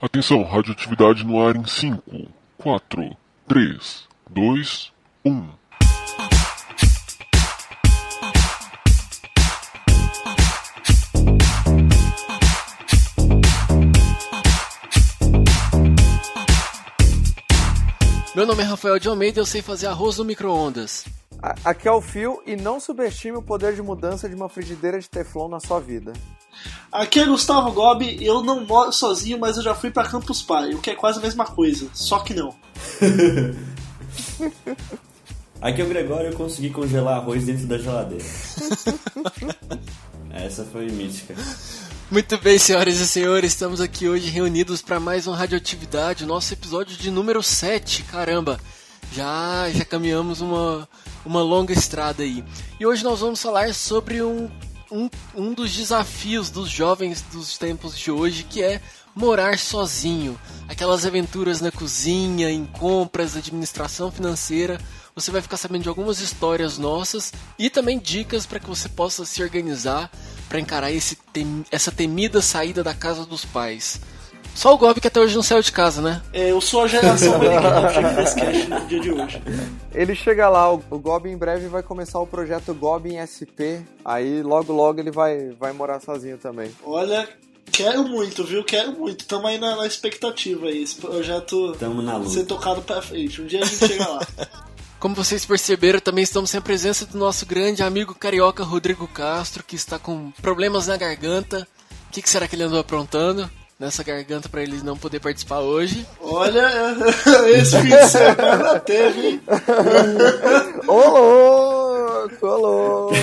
Atenção, radioatividade no ar em 5, 4, 3, 2, 1. Meu nome é Rafael de Almeida e eu sei fazer arroz no micro-ondas. Aqui é o Fio e não subestime o poder de mudança de uma frigideira de teflon na sua vida. Aqui é Gustavo Gobi, eu não moro sozinho, mas eu já fui pra Campus Party, o que é quase a mesma coisa, só que não. Aqui é o Gregório e eu consegui congelar arroz dentro da geladeira. Essa foi mítica. Muito bem, senhoras e senhores, estamos aqui hoje reunidos para mais um Radioatividade, nosso episódio de número 7, caramba, já caminhamos uma longa estrada aí. E hoje nós vamos falar sobre um dos desafios dos jovens dos tempos de hoje, que é morar sozinho. Aquelas aventuras na cozinha, em compras, administração financeira. Você vai ficar sabendo de algumas histórias nossas e também dicas para que você possa se organizar para encarar essa temida saída da casa dos pais. Só o Gobi que até hoje não saiu de casa, né? Eu sou a geração desse cast no dia de hoje. Ele chega lá, o Gobi em breve vai começar o projeto Gobi em SP, aí logo ele vai morar sozinho também. Olha, quero muito, viu? Quero muito. Tamo aí na expectativa aí, esse projeto ser tocado pra frente. Um dia a gente chega lá. Como vocês perceberam, também estamos sem a presença do nosso grande amigo carioca Rodrigo Castro, que está com problemas na garganta. O que será que ele andou aprontando nessa garganta para ele não poder participar hoje? Olha, esse fim de semana teve. Ô louco!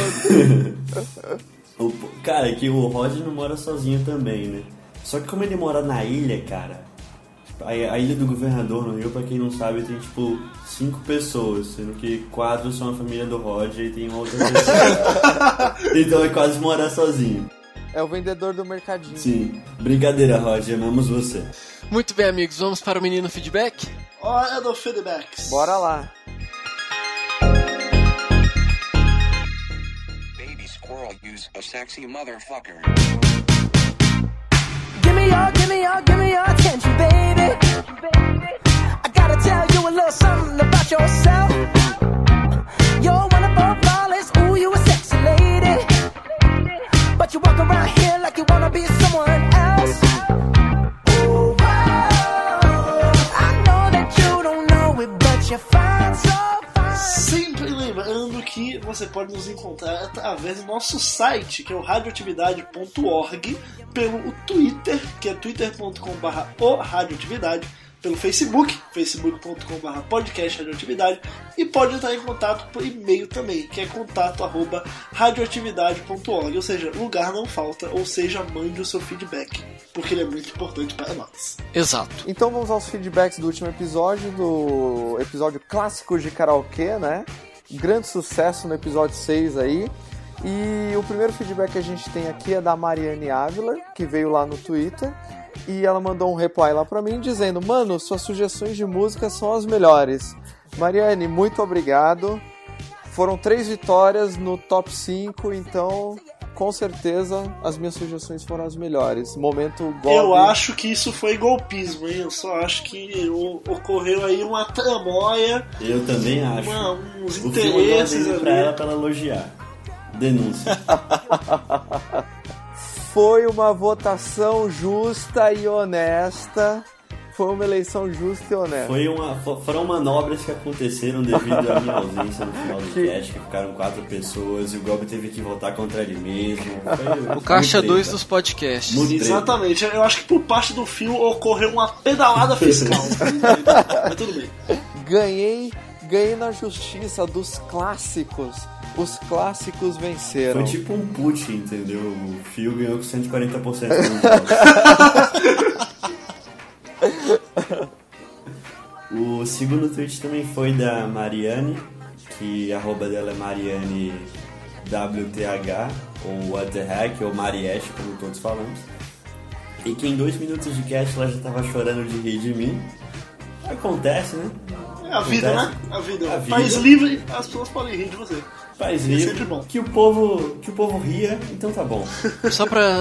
Cara, é que o Roger não mora sozinho também, né? Só que como ele mora na ilha, cara, a Ilha do Governador no Rio, pra quem não sabe, tem tipo 5 pessoas, sendo que 4 são a família do Roger e tem uma outra pessoa. Então é quase morar sozinho. É o vendedor do mercadinho. Sim. Brincadeira, Roger, amamos você. Muito bem, amigos, vamos para o menino feedback? Hora do feedbacks. Bora lá. Baby squirrel use a sexy motherfucker. Give me your attention, baby. I gotta tell you a little something about yourself. You're one of our flawless, ooh, you a sexy lady. But you walk around here like you wanna be someone else. Ooh, whoa. I know that you don't know it, but you're fine, so fine. Sempre lembrando que você pode nos encontrar através do nosso site, que é o radioatividade.org, pelo Twitter, que é twitter.com/radioatividade, pelo Facebook, facebook.com/podcastradioatividade, e pode entrar em contato por e-mail também, que é contato@radioatividade.org, ou seja, lugar não falta, ou seja, mande o seu feedback, porque ele é muito importante para nós. Exato. Então vamos aos feedbacks do último episódio, do episódio clássico de karaokê, né? Grande sucesso no episódio 6 aí. E o primeiro feedback que a gente tem aqui é da Mariane Ávila, que veio lá no Twitter. E ela mandou um reply lá pra mim dizendo: mano, suas sugestões de música são as melhores. Mariane, muito obrigado. Foram 3 vitórias no top 5, então com certeza as minhas sugestões foram as melhores. Momento golpe. Eu acho que isso foi golpismo, hein? Eu só acho que ocorreu aí uma tramóia. Eu também acho. Uns o interesses ali. Pra ela elogiar. Denúncia. Foi uma votação justa e honesta. Foi uma eleição justa e honesta. Foram manobras que aconteceram devido à minha ausência no final do cast, que ficaram 4 pessoas e o Gobi teve que votar contra ele mesmo. O caixa 2 dos podcasts. Exatamente. Eu acho que por parte do Fio ocorreu uma pedalada fiscal. Mas tudo bem. Ganhei na justiça dos clássicos. Os clássicos venceram. Foi tipo um put, entendeu? O Phil ganhou com 140% do O segundo tweet também foi da Mariane, que a arroba dela é Mariane WTH, ou What the Heck, ou Mariesh, como todos falamos. E que em 2 minutos de cast ela já tava chorando de rir de mim. Acontece, né? É a vida, né? A vida. País livre, as pessoas podem rir de você. País livre, que o povo ria, então tá bom. Só pra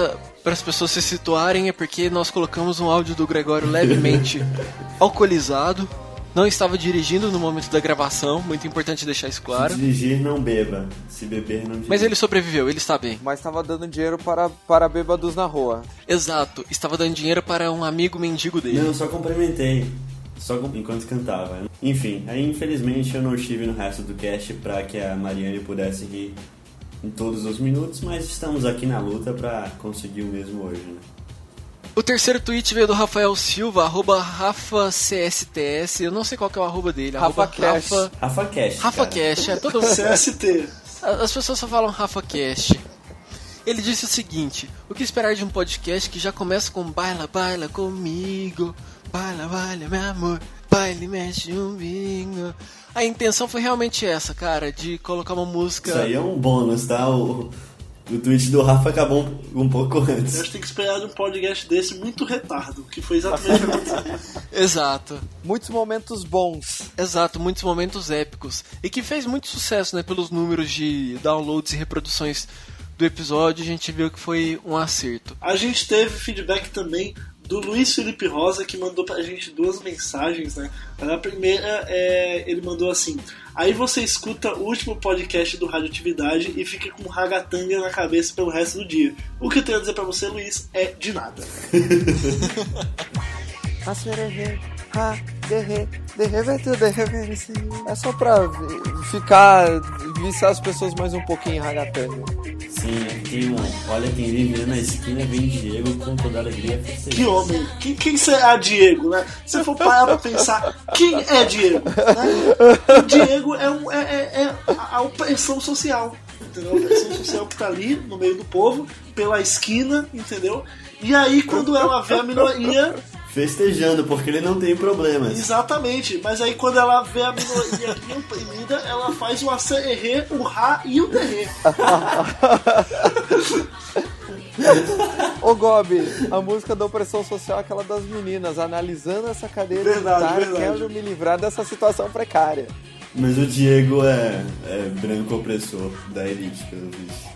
para as pessoas se situarem, é porque nós colocamos um áudio do Gregório levemente alcoolizado. Não estava dirigindo no momento da gravação, muito importante deixar isso claro. Se dirigir, não beba. Se beber, não dirija. Mas ele sobreviveu, ele está bem. Mas estava dando dinheiro para bêbados na rua. Exato, estava dando dinheiro para um amigo mendigo dele. Não, eu só complementei. Enquanto cantava. Enfim, aí infelizmente eu não estive no resto do cast para que a Mariane pudesse rir em todos os minutos, mas estamos aqui na luta para conseguir o mesmo hoje, né? O terceiro tweet veio do Rafael Silva, @RafaCSTS. Eu não sei qual que é o arroba dele. Rafa Cash. Rafa Cash. Rafa Cash, todo mundo. CST. As pessoas só falam Rafa Cash. Ele disse o seguinte: o que esperar de um podcast que já começa com baila, baila comigo, baila, baila, meu amor, baile, mexe um bingo. A intenção foi realmente essa, cara, de colocar uma música. Isso aí é um bônus, tá? O tweet do Rafa acabou um pouco antes. Eu acho que tem que esperar de um podcast desse muito retardo, que foi exatamente o que aconteceu. Exato. Muitos momentos bons. Exato, muitos momentos épicos. E que fez muito sucesso, né? Pelos números de downloads e reproduções do episódio, a gente viu que foi um acerto. A gente teve feedback também do Luiz Felipe Rosa, que mandou pra gente 2 mensagens, né? A primeira, ele mandou assim: aí você escuta o último podcast do Radioatividade e fica com ragatanga na cabeça pelo resto do dia. O que eu tenho a dizer pra você, Luiz, é de nada. É só pra viciar as pessoas mais um pouquinho em ragatanga. Sim, tem olha quem vive na esquina, vem Diego com toda a alegria. Que homem, quem será Diego, né? Se eu for parar pra pensar, quem é Diego? Né? O Diego é a opressão social, entendeu? A opressão social que tá ali no meio do povo, pela esquina, entendeu? E aí quando ela vê a minoria... festejando, porque ele não tem problemas. Exatamente, mas aí quando ela vê a minoria oprimida, ela faz o acererê, o rá e o derrê. Ô Gobi, a música da opressão social é aquela das meninas, analisando essa cadeia Verdade. quero me livrar dessa situação precária. Mas o Diego é branco opressor da elite, pelo visto.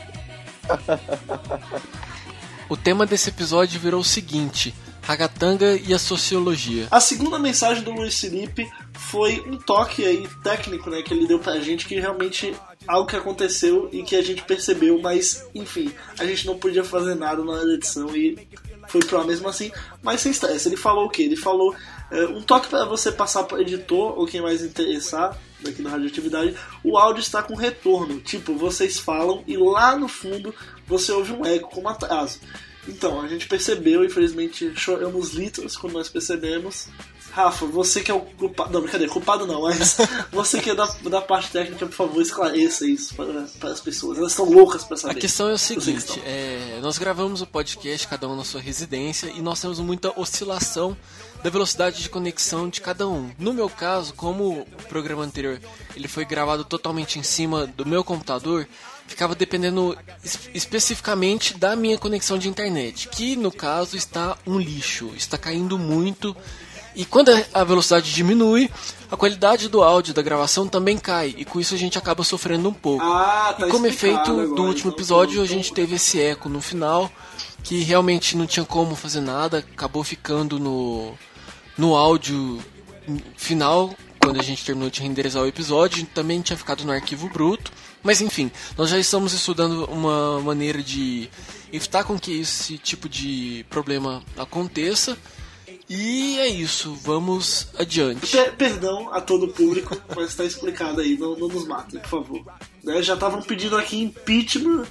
O tema desse episódio virou o seguinte: ragatanga e a sociologia. A segunda mensagem do Luiz Felipe foi um toque aí técnico, né, que ele deu pra gente, que realmente algo que aconteceu e que a gente percebeu, mas enfim, a gente não podia fazer nada na edição e foi pro ar mesmo assim, mas sem estresse. Ele falou o quê? Ele falou um toque para você passar pro editor ou quem mais interessar daqui na Radioatividade, o áudio está com retorno, tipo, vocês falam e lá no fundo você ouve um eco com atraso. Então, a gente percebeu, infelizmente choramos litros quando nós percebemos. Rafa, você que é o culpado... Não, brincadeira, culpado não, mas você que é da parte técnica, por favor, esclareça isso para as pessoas. Elas estão loucas para saber. A questão é o seguinte, nós gravamos o podcast, cada um na sua residência, e nós temos muita oscilação da velocidade de conexão de cada um. No meu caso, como o programa anterior ele foi gravado totalmente em cima do meu computador, ficava dependendo especificamente da minha conexão de internet, que no caso está um lixo, está caindo muito. E quando a velocidade diminui, a qualidade do áudio da gravação também cai, e com isso a gente acaba sofrendo um pouco. Tá e como efeito agora, do último então, episódio, a gente teve esse eco no final, que realmente não tinha como fazer nada, acabou ficando no áudio final, quando a gente terminou de renderizar o episódio, também tinha ficado no arquivo bruto. Mas enfim, nós já estamos estudando uma maneira de evitar com que esse tipo de problema aconteça. E é isso, vamos adiante. Perdão a todo o público, mas está explicado aí, não nos matem, por favor. Né? Já estavam pedindo aqui impeachment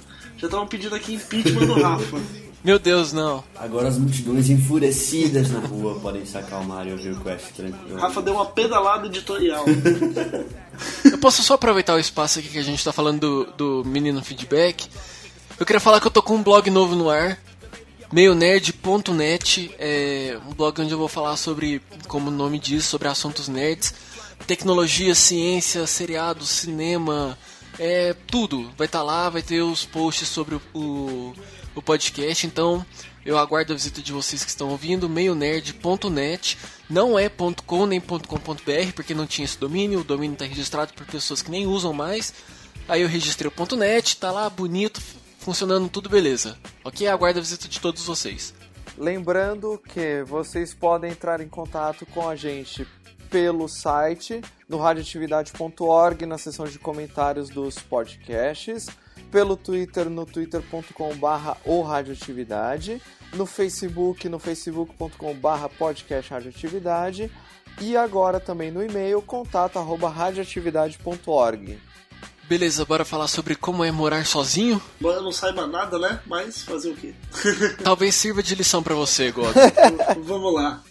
do Rafa. Meu Deus, não. Agora as multidões enfurecidas na rua podem se acalmar e ouvir o Quest tranquilo. Rafa deu uma pedalada editorial. Eu posso só aproveitar o espaço aqui que a gente tá falando do menino feedback. Eu queria falar que eu tô com um blog novo no ar, meionerd.net, é um blog onde eu vou falar sobre, como o nome diz, sobre assuntos nerds, tecnologia, ciência, seriados, cinema, tudo. Vai estar lá, vai ter os posts sobre o podcast, então eu aguardo a visita de vocês que estão ouvindo, meionerd.net, não é .com nem .com.br, porque não tinha esse domínio, o domínio está registrado por pessoas que nem usam mais, aí eu registrei o .net, tá lá bonito, funcionando tudo beleza. Ok? Aguardo a visita de todos vocês. Lembrando que vocês podem entrar em contato com a gente pelo site, no radioatividade.org, na seção de comentários dos podcasts, pelo Twitter, no twitter.com/radioatividade, no Facebook, no facebook.com/podcastradioatividade, e agora também no e-mail, contato@radioatividade.org. Beleza, bora falar sobre como é morar sozinho? Embora eu não saiba nada, né? Mas fazer o quê? Talvez sirva de lição pra você, God. Vamos lá.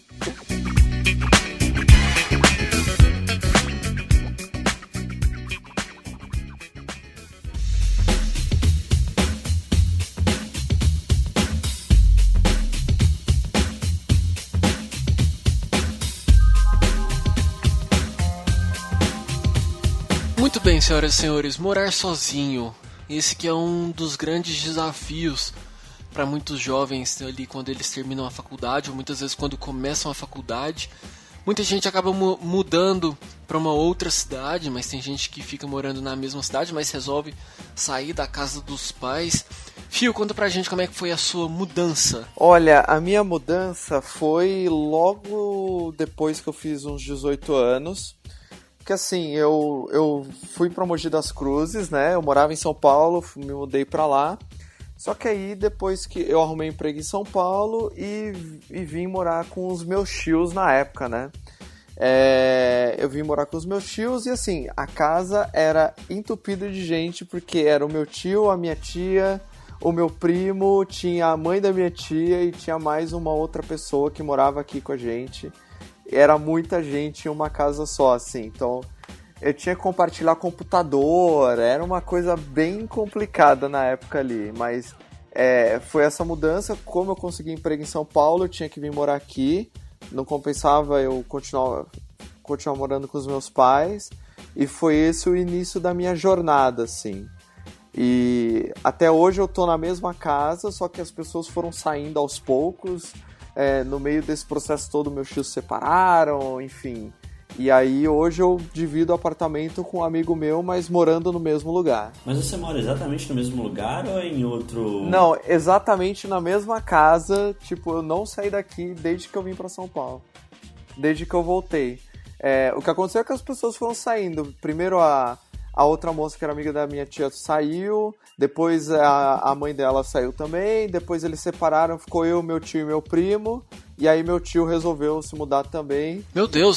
Muito bem, senhoras e senhores, morar sozinho. Esse que é um dos grandes desafios para muitos jovens ali quando eles terminam a faculdade, ou muitas vezes quando começam a faculdade. Muita gente acaba mudando para uma outra cidade, mas tem gente que fica morando na mesma cidade, mas resolve sair da casa dos pais. Fio, conta pra gente como é que foi a sua mudança. Olha, a minha mudança foi logo depois que eu fiz uns 18 anos. Que assim, eu fui pra Mogi das Cruzes, né? Eu morava em São Paulo, me mudei pra lá. Só que aí, depois que eu arrumei emprego em São Paulo e vim morar com os meus tios na época, né? Eu vim morar com os meus tios e assim, a casa era entupida de gente, porque era o meu tio, a minha tia, o meu primo, tinha a mãe da minha tia e tinha mais uma outra pessoa que morava aqui com a gente. Era muita gente em uma casa só, assim, então eu tinha que compartilhar computador, era uma coisa bem complicada na época ali, mas foi essa mudança. Como eu consegui emprego em São Paulo, eu tinha que vir morar aqui, não compensava eu continuar morando com os meus pais, e foi esse o início da minha jornada, assim. E até hoje eu tô na mesma casa, só que as pessoas foram saindo aos poucos. No meio desse processo todo, meus tios se separaram, enfim. E aí hoje eu divido apartamento com um amigo meu, mas morando no mesmo lugar. Mas você mora exatamente no mesmo lugar ou em outro... Não, exatamente na mesma casa. Tipo, eu não saí daqui desde que eu vim pra São Paulo. Desde que eu voltei. O que aconteceu é que as pessoas foram saindo. Primeiro a outra moça que era amiga da minha tia saiu, depois a mãe dela saiu também, depois eles separaram, ficou eu, meu tio e meu primo, e aí meu tio resolveu se mudar também. Meu Deus,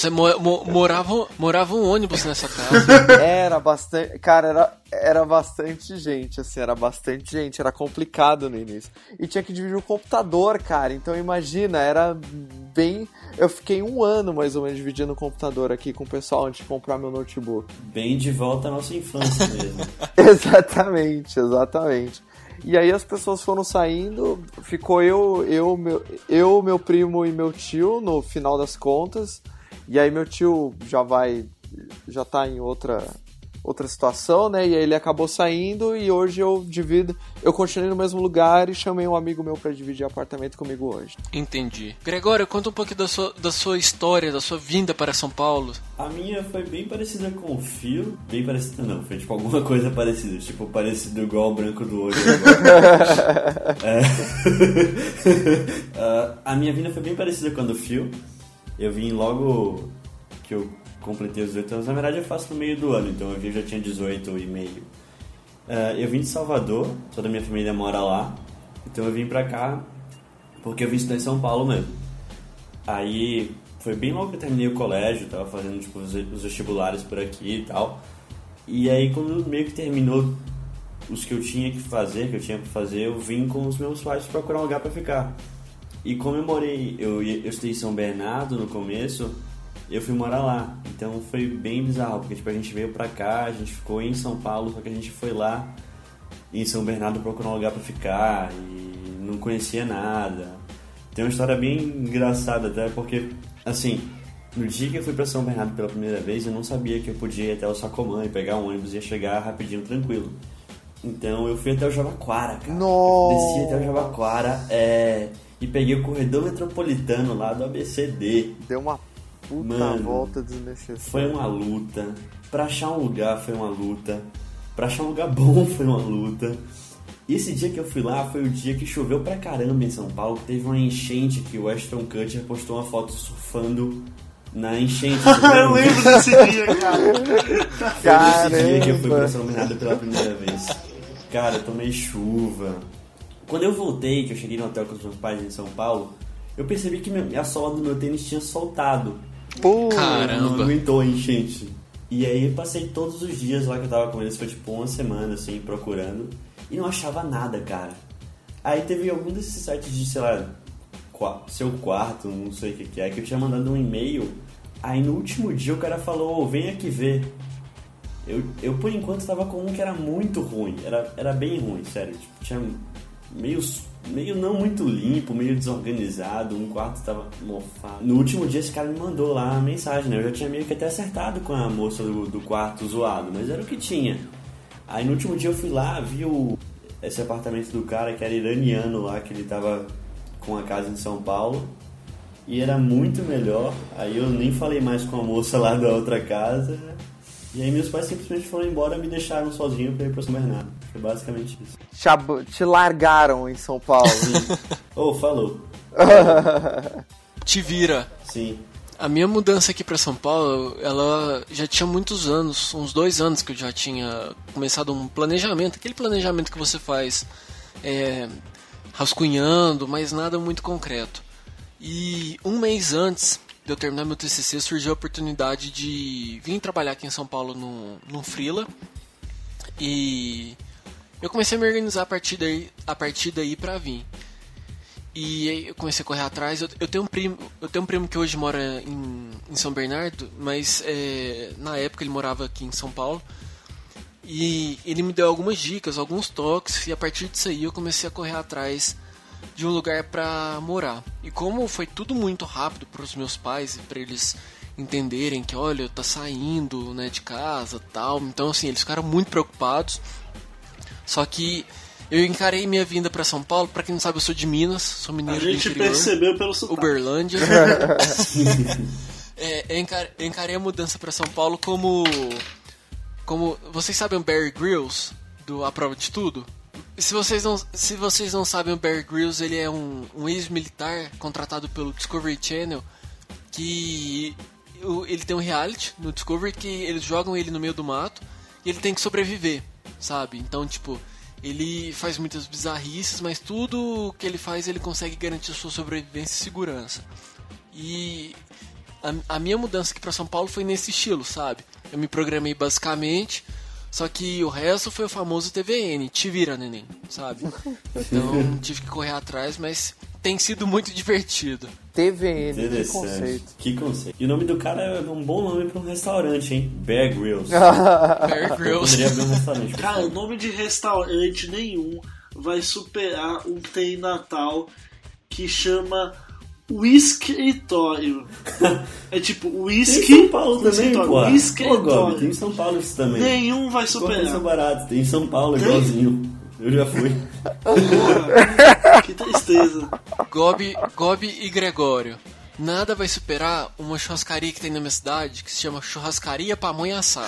morava um ônibus nessa casa. Era bastante, cara, era bastante gente, assim, era complicado no início. E tinha que dividir o computador, cara, então imagina, era bem... Eu fiquei 1 ano, mais ou menos, dividindo o computador aqui com o pessoal antes de comprar meu notebook. Bem de volta à nossa infância mesmo. Exatamente. E aí as pessoas foram saindo, ficou meu primo e meu tio no final das contas. E aí meu tio já tá em outra situação, né? E aí ele acabou saindo e hoje eu continuei no mesmo lugar e chamei um amigo meu pra dividir apartamento comigo hoje. Entendi. Gregório, conta um pouquinho da sua história, da sua vinda para São Paulo. A minha foi bem parecida com o Fio. Bem parecida não, foi tipo alguma coisa parecida. Tipo, parecido igual o branco do olho. A minha vinda foi bem parecida com a do Fio. Eu vim logo que eu completei os 18 anos. Na verdade eu faço no meio do ano, então eu já tinha 18 e meio. Eu vim de Salvador, toda a minha família mora lá. Então eu vim pra cá porque eu vim estudar em São Paulo mesmo. Aí foi bem logo que eu terminei o colégio, tava fazendo tipo, os vestibulares por aqui e tal. E aí quando meio que terminou os que eu tinha pra fazer, eu vim com os meus pais procurar um lugar pra ficar. E como eu estudei em São Bernardo no começo, eu fui morar lá. Então foi bem bizarro, porque tipo, a gente veio pra cá, a gente ficou em São Paulo, só que a gente foi lá em São Bernardo procurar um lugar pra ficar e não conhecia nada. Tem uma história bem engraçada até, porque assim, no dia que eu fui pra São Bernardo pela primeira vez, eu não sabia que eu podia ir até o Sacomã e pegar um ônibus e ia chegar rapidinho, tranquilo. Então eu fui até o Jabaquara, cara. Nossa. Desci até o Jabaquara e peguei o corredor metropolitano lá do ABCD. Deu uma puta volta desnecessária. Foi uma luta. Pra achar um lugar foi uma luta. Pra achar um lugar bom foi uma luta. E esse dia que eu fui lá foi o dia que choveu pra caramba em São Paulo. Teve uma enchente que o Ashton Kutcher postou uma foto surfando na enchente. Eu lembro desse dia, cara. Foi esse dia que eu fui pra São Bernardo pela primeira vez. Cara, eu tomei chuva. Quando eu voltei, que eu cheguei no hotel com os meus pais em São Paulo, eu percebi que a sola do meu tênis tinha soltado. Caramba! Não aguentou a enchente. E aí eu passei todos os dias lá que eu tava com eles, foi tipo uma semana assim, procurando. E não achava nada, cara. Aí teve algum desses sites de, sei lá, seu quarto, não sei o que é, que eu tinha mandado um e-mail. Aí no último dia o cara falou, vem aqui ver. Eu por enquanto tava com um que era muito ruim. Era bem ruim, sério. Tipo, tinha meio não muito limpo, meio desorganizado. Um quarto tava mofado. No último dia esse cara me mandou lá uma mensagem, né? Eu já tinha meio que até acertado com a moça do quarto zoado, mas era o que tinha. Aí no último dia eu fui lá, vi esse apartamento do cara que era iraniano lá, que ele tava com a casa em São Paulo. E era muito melhor. Aí eu nem falei mais com a moça lá da outra casa. E aí meus pais simplesmente foram embora e me deixaram sozinho pra ir pra São Bernardo. Foi basicamente isso. Te largaram em São Paulo. Falou. Te vira. Sim. A minha mudança aqui pra São Paulo, ela já tinha muitos anos, uns 2 anos que eu já tinha começado um planejamento, aquele planejamento que você faz rascunhando, mas nada muito concreto. E um mês antes de eu terminar meu TCC, surgiu a oportunidade de vir trabalhar aqui em São Paulo num freela. E eu comecei a me organizar a partir daí pra vir. E aí eu comecei a correr atrás. Eu tenho um primo que hoje mora em São Bernardo, mas na época ele morava aqui em São Paulo. E ele me deu algumas dicas, alguns toques, e a partir disso aí eu comecei a correr atrás de um lugar pra morar. E como foi tudo muito rápido pros meus pais e pra eles entenderem que, olha, eu tô saindo, né, de casa, tal. Então assim, eles ficaram muito preocupados. Só que eu encarei minha vinda pra São Paulo. Pra quem não sabe, eu sou de Minas, sou mineiro do interior. A gente percebeu pelo sotaque. Uberlândia. Eu encarei a mudança pra São Paulo como vocês sabem o Bear Grylls do A Prova de Tudo? Se vocês não sabem, o Bear Grylls, ele é um ex-militar contratado pelo Discovery Channel, que ele tem um reality no Discovery que eles jogam ele no meio do mato e ele tem que sobreviver, sabe? Então, tipo, ele faz muitas bizarrices, mas tudo que ele faz ele consegue garantir sua sobrevivência e segurança. E a minha mudança aqui pra São Paulo foi nesse estilo, sabe? Eu me programei basicamente, só que o resto foi o famoso TVN, te vira, neném, sabe? Então tive que correr atrás, mas tem sido muito divertido. TVN, que conceito. Que conceito. E o nome do cara é um bom nome pra um restaurante, hein? Bear Grylls. Bear Grylls. Poderia abrir um restaurante. Cara, o nome de restaurante nenhum vai superar um tem Natal que chama Whiskytório. É tipo whisky. Tem em São Paulo também, pô. Whiskytório. Tem em São Paulo isso também. Nenhum vai superar. São baratos. Tem em São Paulo, igualzinho. Eu já fui. Porra, que tristeza. Gobi e Gregório. Nada vai superar uma churrascaria que tem na minha cidade que se chama Churrascaria Pamonha Assada.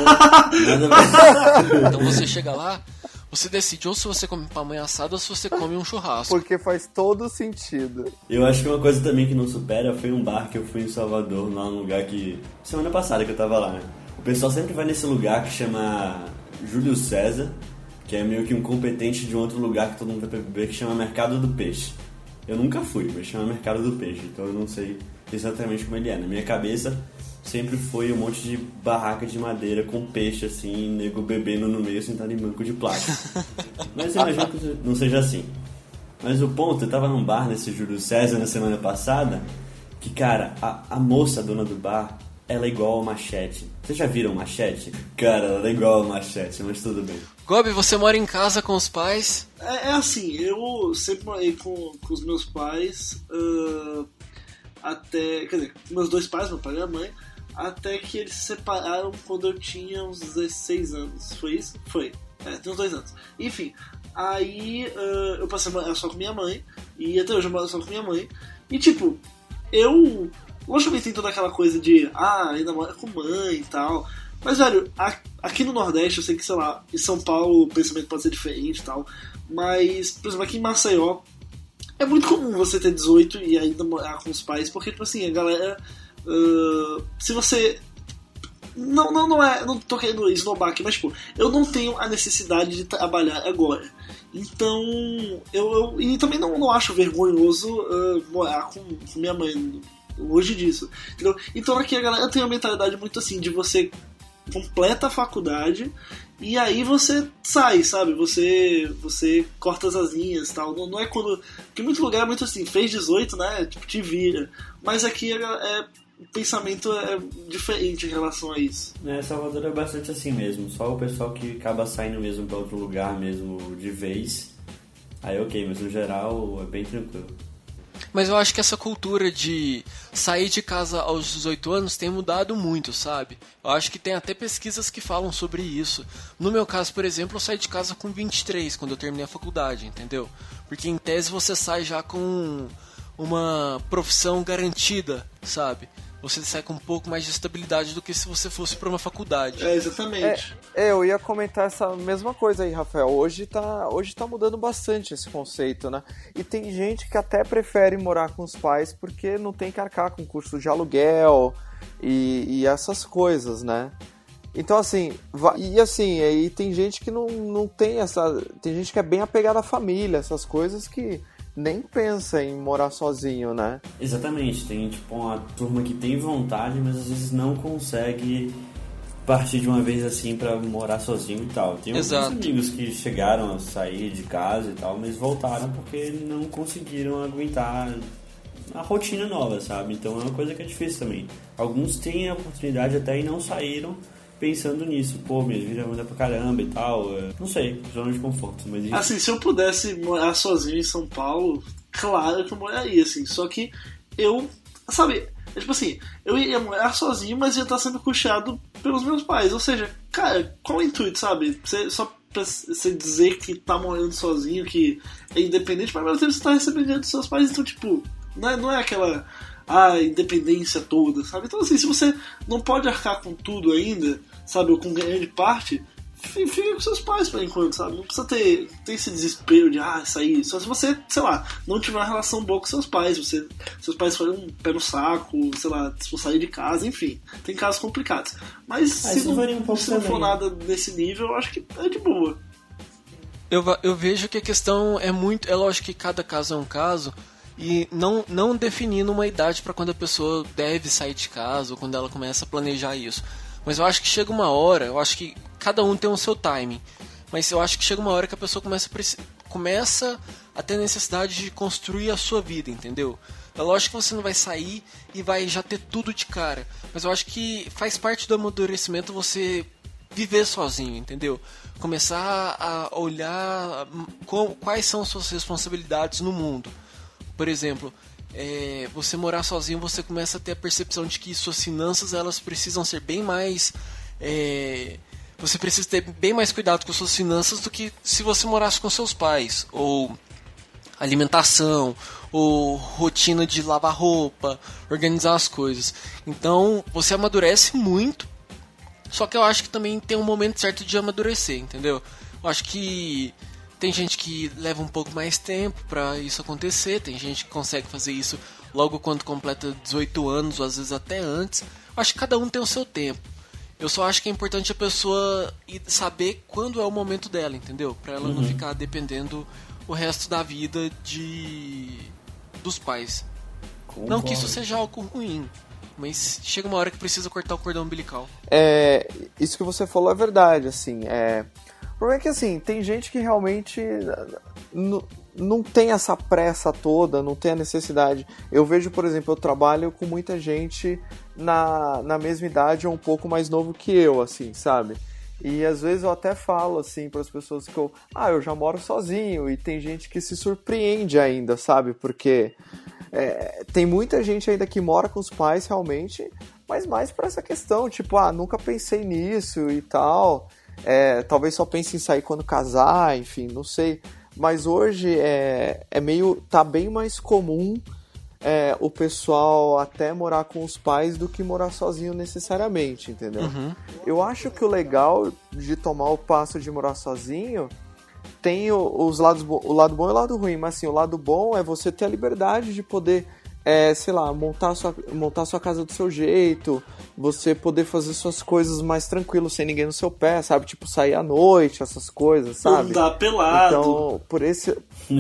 Então você chega lá, você decide ou se você come pamonha assada ou se você come um churrasco. Porque faz todo sentido. Eu acho que uma coisa também que não supera foi um bar que eu fui em Salvador, lá num lugar que... Semana passada que eu tava lá, né? O pessoal sempre vai nesse lugar que chama Júlio César, que é meio que um competente de um outro lugar que todo mundo vai beber, que chama Mercado do Peixe. Eu nunca fui, mas chama Mercado do Peixe, então eu não sei exatamente como ele é. Na minha cabeça, sempre foi um monte de barraca de madeira com peixe, assim, nego bebendo no meio, sentado em banco de plástico. Mas eu imagino que não seja assim. Mas o ponto, eu tava num bar nesse Júlio César na semana passada, que, cara, a moça, a dona do bar, ela é igual ao Machete. Vocês já viram Machete? Cara, ela é igual ao Machete, mas tudo bem. Gobi, você mora em casa com os pais? É assim, eu sempre morei com os meus pais, até, quer dizer, meus dois pais, meu pai e minha mãe, até que eles se separaram quando eu tinha uns 16 anos. Foi isso? Foi. Tem uns 2 anos. Enfim, aí eu passei a morar só com minha mãe, e até hoje eu moro só com minha mãe, e tipo, logicamente tem toda aquela coisa de, ainda mora com mãe e tal, mas velho, aqui no Nordeste, eu sei que, sei lá, em São Paulo o pensamento pode ser diferente e tal, mas, por exemplo, aqui em Maceió, é muito comum você ter 18 e ainda morar com os pais, porque, tipo assim, a galera, se você... Não tô querendo esnobar aqui, mas, tipo, eu não tenho a necessidade de trabalhar agora. Então, e também não acho vergonhoso morar com minha mãe, longe disso, entendeu? Então aqui a galera tem uma mentalidade muito assim, de você completa a faculdade e aí você sai, sabe? Você corta as asinhas e tal. Não é quando... Porque em muito lugar é muito assim, fez 18, né? Tipo, te vira. Mas aqui o pensamento é diferente em relação a isso. Salvador é bastante assim mesmo. Só o pessoal que acaba saindo mesmo pra outro lugar mesmo de vez. Aí ok, mas no geral é bem tranquilo. Mas eu acho que essa cultura de sair de casa aos 18 anos tem mudado muito, sabe? Eu acho que tem até pesquisas que falam sobre isso. No meu caso, por exemplo, eu saí de casa com 23, quando eu terminei a faculdade, entendeu? Porque em tese você sai já com uma profissão garantida, sabe? Você sai com um pouco mais de estabilidade do que se você fosse para uma faculdade. Exatamente. Eu ia comentar essa mesma coisa aí, Rafael. Hoje tá mudando bastante esse conceito, né? E tem gente que até prefere morar com os pais porque não tem que arcar com custo de aluguel e essas coisas, né? Então, assim, aí tem gente que não tem essa... Tem gente que é bem apegada à família, essas coisas que nem pensa em morar sozinho, né? Exatamente, tem tipo uma turma que tem vontade, mas às vezes não consegue partir de uma vez assim pra morar sozinho e tal. Tem alguns amigos que chegaram a sair de casa e tal, mas voltaram porque não conseguiram aguentar a rotina nova, sabe? Então é uma coisa que é difícil também. Alguns têm a oportunidade até e não saíram pensando nisso. Pô, minha vida muda pra caramba e tal. Não sei, zona de conforto. Mas... Assim, se eu pudesse morar sozinho em São Paulo, claro que eu moraria, assim. Só que sabe, tipo assim, eu iria morar sozinho, mas ia estar sendo custeado pelos meus pais. Ou seja, cara, qual o intuito, sabe? Só pra você dizer que tá morando sozinho, que é independente, mas ao mesmo tempo você tá recebendo dinheiro dos seus pais, então, tipo, não é aquela... independência toda, sabe? Então, assim, se você não pode arcar com tudo ainda, sabe, ou com grande parte, fica com seus pais por enquanto, sabe? Não precisa ter esse desespero de, sair. Só se você, sei lá, não tiver uma relação boa com seus pais, seus pais forem um pé no saco, sei lá, se for sair de casa, enfim. Tem casos complicados. Mas se não for nada desse nível, eu acho que é de boa. Eu vejo que a questão é lógico que cada caso é um caso, e não definindo uma idade para quando a pessoa deve sair de casa ou quando ela começa a planejar isso. Mas eu acho que chega uma hora, eu acho que cada um tem o seu timing, mas eu acho que chega uma hora que a pessoa começa a ter necessidade de construir a sua vida, entendeu? É lógico que você não vai sair e vai já ter tudo de cara, mas eu acho que faz parte do amadurecimento você viver sozinho, entendeu? Começar a olhar quais são suas responsabilidades no mundo. Por exemplo, você morar sozinho, você começa a ter a percepção de que suas finanças elas precisam ser bem mais... você precisa ter bem mais cuidado com suas finanças do que se você morasse com seus pais. Ou alimentação, ou rotina de lavar roupa, organizar as coisas. Então, você amadurece muito, só que eu acho que também tem um momento certo de amadurecer, entendeu? Eu acho que... Tem gente que leva um pouco mais tempo pra isso acontecer, tem gente que consegue fazer isso logo quando completa 18 anos, ou às vezes até antes. Eu acho que cada um tem o seu tempo. Eu só acho que é importante a pessoa saber quando é o momento dela, entendeu? Pra ela não ficar dependendo o resto da vida dos pais. Concordo. Não que isso seja algo ruim, mas chega uma hora que precisa cortar o cordão umbilical. Isso que você falou é verdade, assim, O problema é que, assim, tem gente que realmente não tem essa pressa toda, não tem a necessidade. Eu vejo, por exemplo, eu trabalho com muita gente na mesma idade ou um pouco mais novo que eu, assim, sabe? E às vezes eu até falo, assim, para as pessoas que eu já moro sozinho, e tem gente que se surpreende ainda, sabe? Porque tem muita gente ainda que mora com os pais, realmente, mas mais por essa questão, tipo, nunca pensei nisso e tal... talvez só pense em sair quando casar, enfim, não sei. Mas hoje tá bem mais comum o pessoal até morar com os pais do que morar sozinho necessariamente, entendeu? Eu acho que o legal de tomar o passo de morar sozinho tem o lado bom e o lado ruim, mas assim, o lado bom é você ter a liberdade de poder, sei lá, montar sua casa do seu jeito, você poder fazer suas coisas mais tranquilo, sem ninguém no seu pé, sabe? Tipo, sair à noite, essas coisas, sabe? Andar pelado. Então, por esse...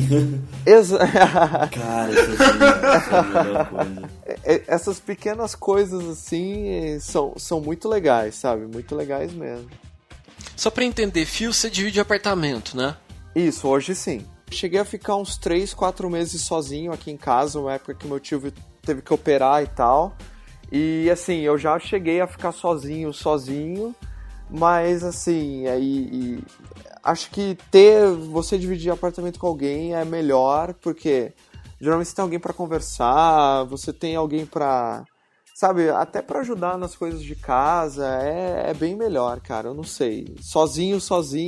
Cara, isso é a melhor coisa. Essas pequenas coisas, assim, são muito legais, sabe? Muito legais mesmo. Só pra entender, Fio, você divide apartamento, né? Isso, hoje sim. Cheguei a ficar uns 3, 4 meses sozinho aqui em casa, uma época que meu tio teve que operar e tal. E assim, eu já cheguei a ficar sozinho, mas assim, acho que você dividir apartamento com alguém é melhor, porque geralmente você tem alguém pra conversar, você tem alguém pra, sabe, até pra ajudar nas coisas de casa, é bem melhor, cara, eu não sei. Sozinho,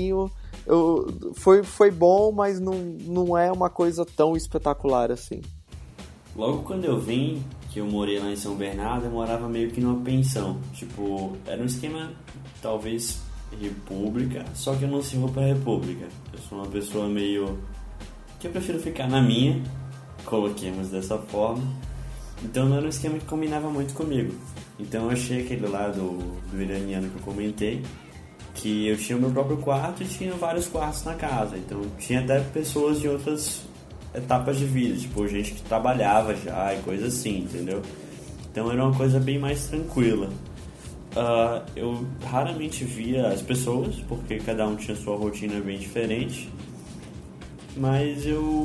foi bom, mas não é uma coisa tão espetacular assim. Logo quando eu vim, que eu morei lá em São Bernardo, eu morava meio que numa pensão. Tipo, era um esquema, talvez, república, só que eu não sirvo pra república. Eu sou uma pessoa meio... que eu prefiro ficar na minha, coloquemos dessa forma. Então não era um esquema que combinava muito comigo. Então eu achei aquele lá do iraniano que eu comentei, que eu tinha o meu próprio quarto e tinha vários quartos na casa. Então tinha até pessoas de outras etapas de vida, tipo gente que trabalhava já e coisa assim, entendeu? Então era uma coisa bem mais tranquila. Eu raramente via as pessoas, porque cada um tinha sua rotina bem diferente, mas eu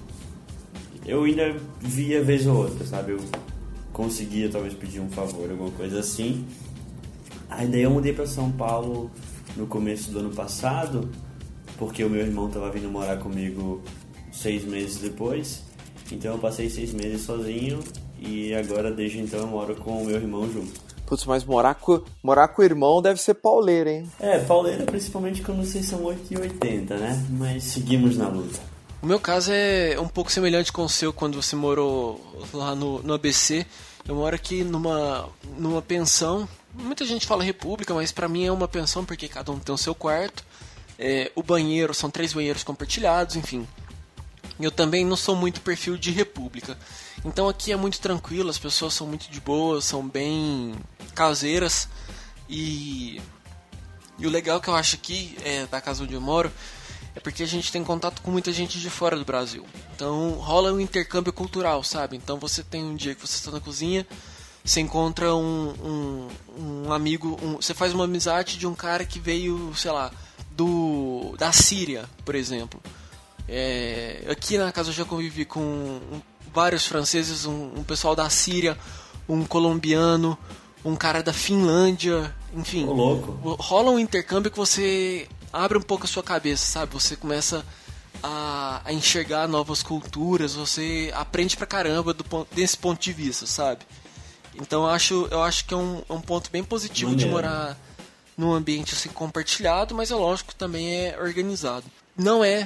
ainda via vez ou outra, sabe? Eu conseguia talvez pedir um favor, alguma coisa assim. Aí daí eu mudei pra São Paulo no começo do ano passado, porque o meu irmão tava vindo morar comigo 6 meses depois. Então eu passei 6 meses sozinho e agora desde então eu moro com o meu irmão junto. Putz, mas morar com o irmão deve ser pauleira, hein? Pauleira principalmente quando vocês são 8,80, né? Mas seguimos na luta. O meu caso é um pouco semelhante com o seu quando você morou lá no ABC. Eu moro aqui numa pensão. Muita gente fala república, mas pra mim é uma pensão porque cada um tem o seu quarto. O banheiro, são 3 banheiros compartilhados, enfim. Eu também não sou muito perfil de república. Então aqui é muito tranquilo, as pessoas são muito de boa, são bem caseiras. E o legal que eu acho aqui, da casa onde eu moro, é porque a gente tem contato com muita gente de fora do Brasil. Então rola um intercâmbio cultural, sabe? Então você tem um dia que você está na cozinha, você encontra um amigo, você faz uma amizade de um cara que veio, sei lá, da Síria, por exemplo. Aqui na casa eu já convivi com vários franceses, um pessoal da Síria, um colombiano, um cara da Finlândia, enfim. Louco. Rola um intercâmbio que você abre um pouco a sua cabeça, sabe? Você começa a enxergar novas culturas, você aprende pra caramba desse ponto de vista, sabe? Então eu acho que é um ponto bem positivo de morar num ambiente assim compartilhado, mas é lógico que também é organizado. Não é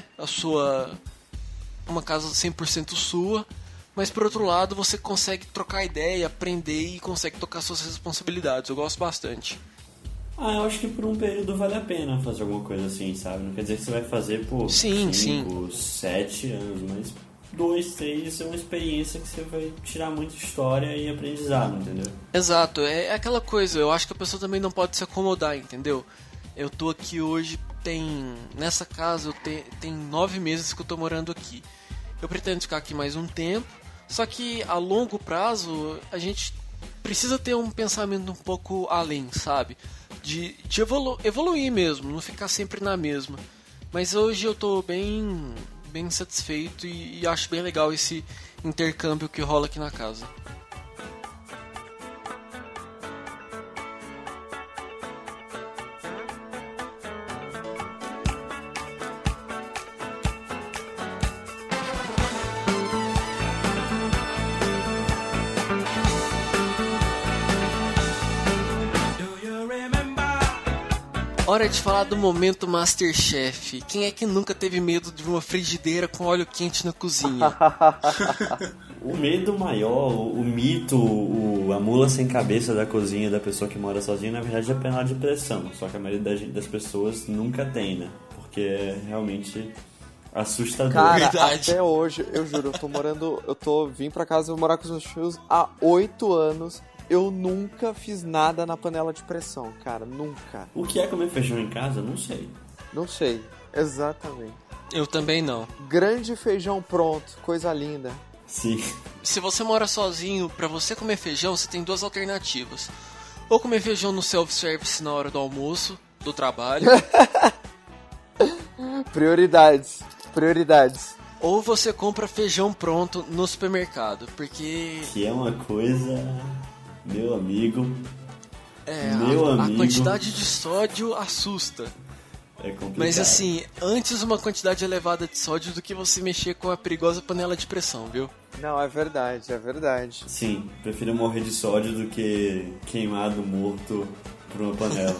uma casa 100% sua, mas por outro lado você consegue trocar ideia, aprender e consegue tocar suas responsabilidades. Eu gosto bastante. Eu acho que por um período vale a pena fazer alguma coisa assim, sabe? Não quer dizer que você vai fazer por 5, 7 anos, mas 2, 3 é uma experiência que você vai tirar muita história e aprendizado, entendeu? Exato, é aquela coisa, eu acho que a pessoa também não pode se acomodar, entendeu? Eu tô aqui hoje, nessa casa, tem 9 meses que eu tô morando aqui. Eu pretendo ficar aqui mais um tempo, só que a longo prazo a gente precisa ter um pensamento um pouco além, sabe? De evoluir mesmo, não ficar sempre na mesma. Mas hoje eu tô bem satisfeito e acho bem legal esse intercâmbio que rola aqui na casa. Hora de falar do momento Masterchef. Quem é que nunca teve medo de uma frigideira com óleo quente na cozinha? O medo maior, o mito, a mula sem cabeça da cozinha da pessoa que mora sozinha, na verdade é a panela de pressão. Só que a maioria das pessoas nunca tem, né? Porque é realmente assustador. Cara, Verdade. até hoje, eu juro, vim pra casa, vou morar com os meus filhos há 8 anos. Eu nunca fiz nada na panela de pressão, cara, nunca. O que é comer feijão em casa? Não sei. Não sei, exatamente. Eu também não. Grande feijão pronto, coisa linda. Sim. Se você mora sozinho, pra você comer feijão, você tem duas alternativas. Ou comer feijão no self-service na hora do almoço, do trabalho, Prioridades. ou você compra feijão pronto no supermercado, porque Que é uma coisa, meu amigo, a quantidade de sódio assusta. é complicado. Mas assim, antes uma quantidade elevada de sódio do que você mexer com a perigosa panela de pressão, viu? Não, é verdade. Sim, prefiro morrer de sódio do que queimado, morto por uma panela.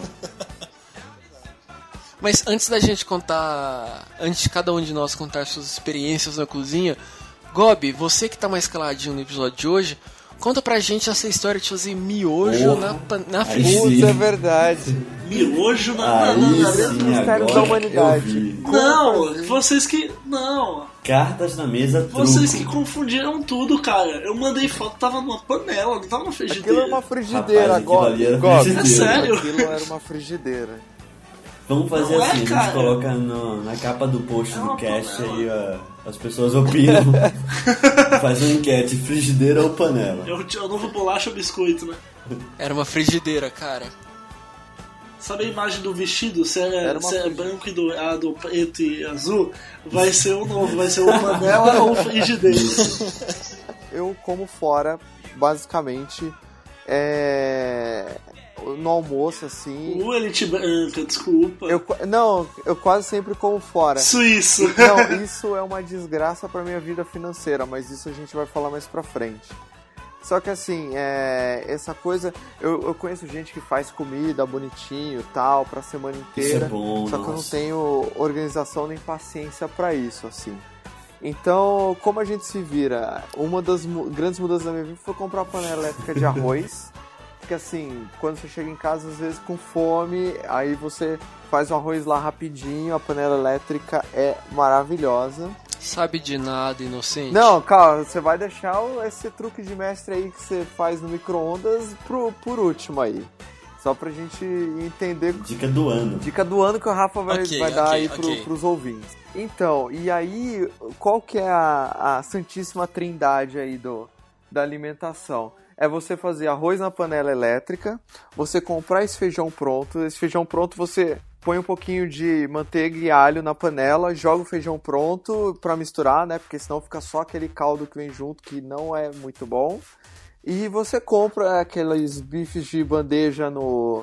Mas antes da gente contar, antes de cada um de nós contar suas experiências na cozinha, Gobi, você que tá mais caladinho no episódio de hoje, conta pra gente essa história de fazer miojo na Aí frigideira. Putz, sim. é verdade. Miojo na... Aí Não, sim, Mistérios agora da humanidade. eu vi. não, vocês que... Não, Cartas na mesa, truco. vocês que confundiram tudo, cara. Eu mandei foto, tava numa panela, não tava na frigideira. Aquilo era uma frigideira, Rapaz, aquilo ali era Gob. frigideira. É sério? Aquilo era uma frigideira. Vamos fazer Não é, assim, a gente cara? coloca na capa do post É do uma cast panela. aí as pessoas opinam. Faz uma enquete, frigideira ou panela? Eu novo bolacha ou biscoito, né? Era uma frigideira, cara. Sabe a imagem do vestido? Se Era é, uma se é frigideira. branco e dourado, preto e azul, vai ser o novo, vai ser uma panela ou frigideira. Eu como fora, basicamente, no almoço, assim... Elite branca, desculpa. Eu quase sempre como fora. Suíço. Não, isso é uma desgraça pra minha vida financeira, mas isso a gente vai falar mais pra frente. Só que assim, essa coisa... Eu conheço gente que faz comida bonitinho, tal, pra semana inteira. Isso é bom, Só que eu não nossa. tenho organização nem paciência pra isso, assim. Então, como a gente se vira? Uma das grandes mudanças da minha vida foi comprar uma panela elétrica de arroz. Porque assim, quando você chega em casa, às vezes com fome, aí você faz um arroz lá rapidinho, a panela elétrica é maravilhosa. Sabe de nada, inocente. Não, calma, você vai deixar esse truque de mestre aí que você faz no micro-ondas por último aí. Só pra gente entender. Dica do ano. Dica do ano que o Rafa vai dar aí ok. pros ouvintes. Então, e aí, qual que é a santíssima trindade aí da alimentação? É você fazer arroz na panela elétrica, você comprar esse feijão pronto você põe um pouquinho de manteiga e alho na panela, joga o feijão pronto pra misturar, né? Porque senão fica só aquele caldo que vem junto, que não é muito bom. E você compra aqueles bifes de bandeja no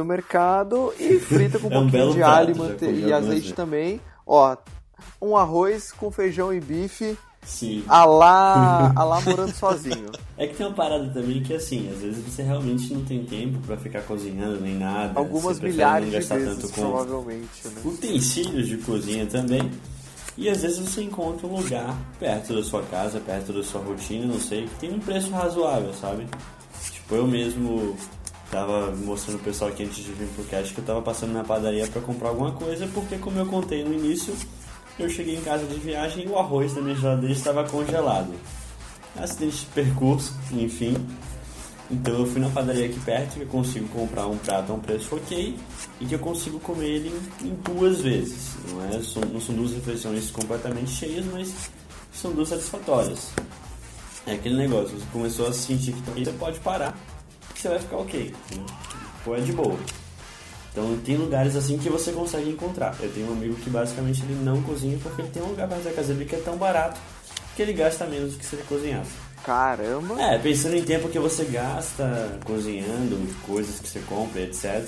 mercado e frita com um É um pouquinho belo de alho prato, já comi e algumas azeite vezes. também. Ó, um arroz com feijão e bife Sim. a lá morando sozinho. É que tem uma parada também que assim, às vezes você realmente não tem tempo pra ficar cozinhando nem nada. Algumas você prefere milhares não de gastar vezes, tanto com provavelmente, né? utensílios de cozinha também. E às vezes você encontra um lugar perto da sua casa, perto da sua rotina, não sei, que tem um preço razoável, sabe? Tipo, eu mesmo tava mostrando pro pessoal aqui antes de vir pro cast que eu tava passando na padaria pra comprar alguma coisa, porque como eu contei no início, eu cheguei em casa de viagem e o arroz da minha geladeira estava congelado. Acidente de percurso, enfim. Então eu fui na padaria aqui perto que eu consigo comprar um prato a um preço ok e que eu consigo comer ele em 2 vezes. Não são 2 refeições completamente cheias, mas são 2 satisfatórias. É aquele negócio, você começou a sentir que você pode parar, que você vai ficar ok. Pô, é de boa. Então tem lugares assim que você consegue encontrar. Eu tenho um amigo que basicamente ele não cozinha porque ele tem um lugar perto da casa dele que é tão barato que ele gasta menos do que se ele cozinhasse. Caramba! Pensando em tempo que você gasta cozinhando, coisas que você compra, etc.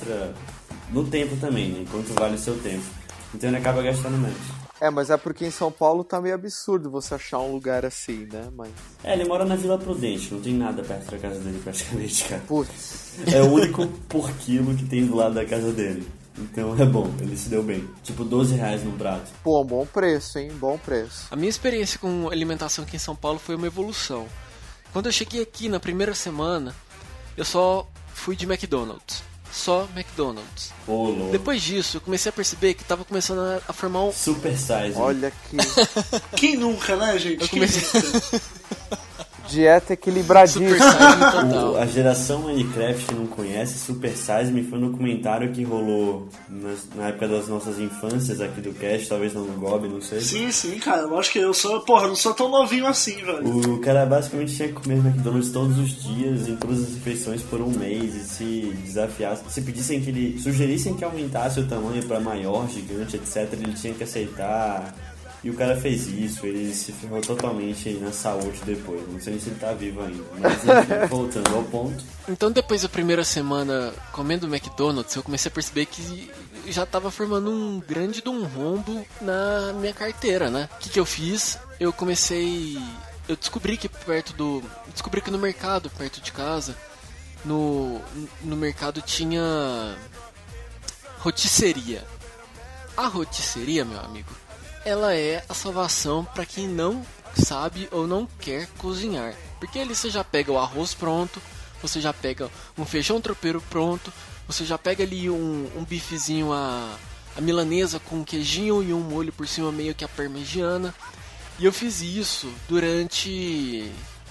No tempo também, né? Quanto vale o seu tempo. Então ele acaba gastando menos. Mas é porque em São Paulo tá meio absurdo você achar um lugar assim, né? Mas... Ele mora na Vila Prudente, não tem nada perto da casa dele praticamente, cara. Putz, É o único por quilo que tem do lado da casa dele. Então é bom, ele se deu bem. Tipo, R$12 no prato. Pô, bom preço, hein? Bom preço. A minha experiência com alimentação aqui em São Paulo foi uma evolução. Quando eu cheguei aqui na primeira semana, eu só fui de McDonald's. Só McDonald's. Ô, louco. Depois disso, eu comecei a perceber que tava começando a formar um... Super size. Olha que Quem nunca, né, gente? Eu Quem comecei... nunca? dieta equilibradíssima. Super size total. A geração Minecraft que não conhece, Super Size Me foi um documentário que rolou na época das nossas infâncias aqui do cast, talvez não no Gob, não sei. Sim, cara. Eu acho que eu sou... Porra, não sou tão novinho assim, velho. O cara basicamente tinha que comer McDonald's todos os dias, em todas as refeições por um mês, e se desafiasse, se pedissem que ele, sugerissem que aumentasse o tamanho para maior, gigante, etc, ele tinha que aceitar. E o cara fez isso, ele se ferrou totalmente na saúde depois. Não sei se ele tá vivo ainda. Mas enfim, voltando ao ponto. Então depois da primeira semana comendo McDonald's, eu comecei a perceber que já tava formando um grande de um rombo na minha carteira, né? O que eu fiz? Eu descobri que no mercado, perto de casa, no mercado tinha rotisseria. A rotisseria, meu amigo, ela é a salvação para quem não sabe ou não quer cozinhar. Porque ali você já pega o arroz pronto, você já pega um feijão tropeiro pronto, você já pega ali um bifezinho a milanesa com um queijinho e um molho por cima meio que a parmegiana. E eu fiz isso durante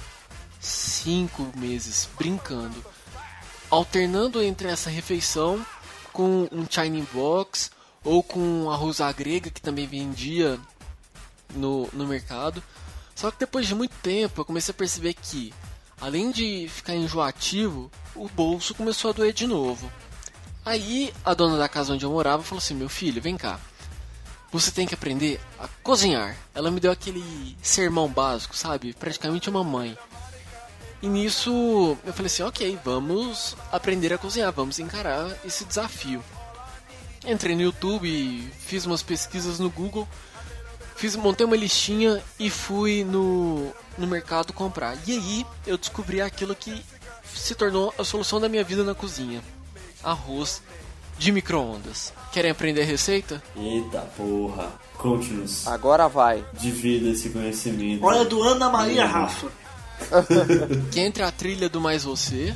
5 meses, brincando, alternando entre essa refeição com um China Box ou com arroz à grega, que também vendia no mercado. Só que depois de muito tempo eu comecei a perceber que, além de ficar enjoativo, o bolso começou a doer de novo. Aí a dona da casa onde eu morava falou assim: meu filho, vem cá, você tem que aprender a cozinhar. Ela me deu aquele sermão básico, sabe? Praticamente uma mãe. E nisso eu falei assim: ok, vamos aprender a cozinhar, vamos encarar esse desafio. Entrei no YouTube, fiz umas pesquisas no Google, montei uma listinha e fui no mercado comprar. E aí eu descobri aquilo que se tornou a solução da minha vida na cozinha: arroz de micro-ondas. Querem aprender a receita? Eita porra, conte-nos. Agora vai. Divida esse conhecimento. Olha, do Ana Maria, Rafa. Que entre a trilha do Mais Você.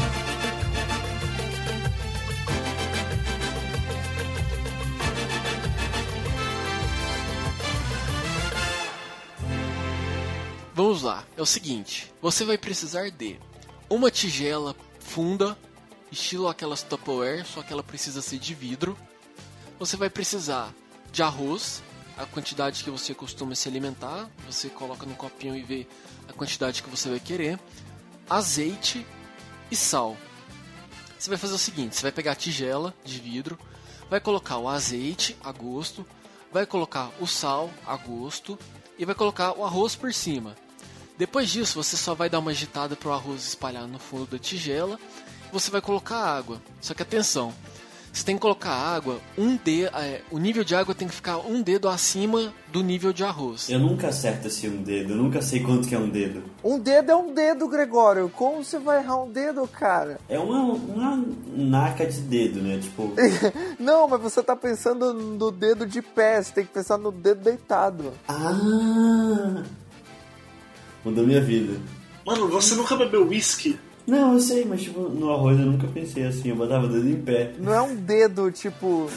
Vamos lá, é o seguinte: você vai precisar de uma tigela funda, estilo aquelas Tupperware, só que ela precisa ser de vidro. Você vai precisar de arroz, a quantidade que você costuma se alimentar, você coloca no copinho e vê a quantidade que você vai querer, azeite e sal. Você vai fazer o seguinte: você vai pegar a tigela de vidro, vai colocar o azeite a gosto, vai colocar o sal a gosto e vai colocar o arroz por cima. Depois disso, você só vai dar uma agitada para o arroz espalhar no fundo da tigela. Você vai colocar água. Só que atenção, você tem que colocar água, o nível de água tem que ficar um dedo acima do nível de arroz. Eu nunca acerto esse um dedo, eu nunca sei quanto que é um dedo. Um dedo é um dedo, Gregório. Como você vai errar um dedo, cara? É uma naca de dedo, né? Tipo... Não, mas você tá pensando no dedo de pé, você tem que pensar no dedo deitado. Ah! Mudou minha vida. Mano, você nunca bebeu whisky? Não, eu sei, mas tipo, no arroz eu nunca pensei assim, eu botava o dedo em pé. Não é um dedo, tipo...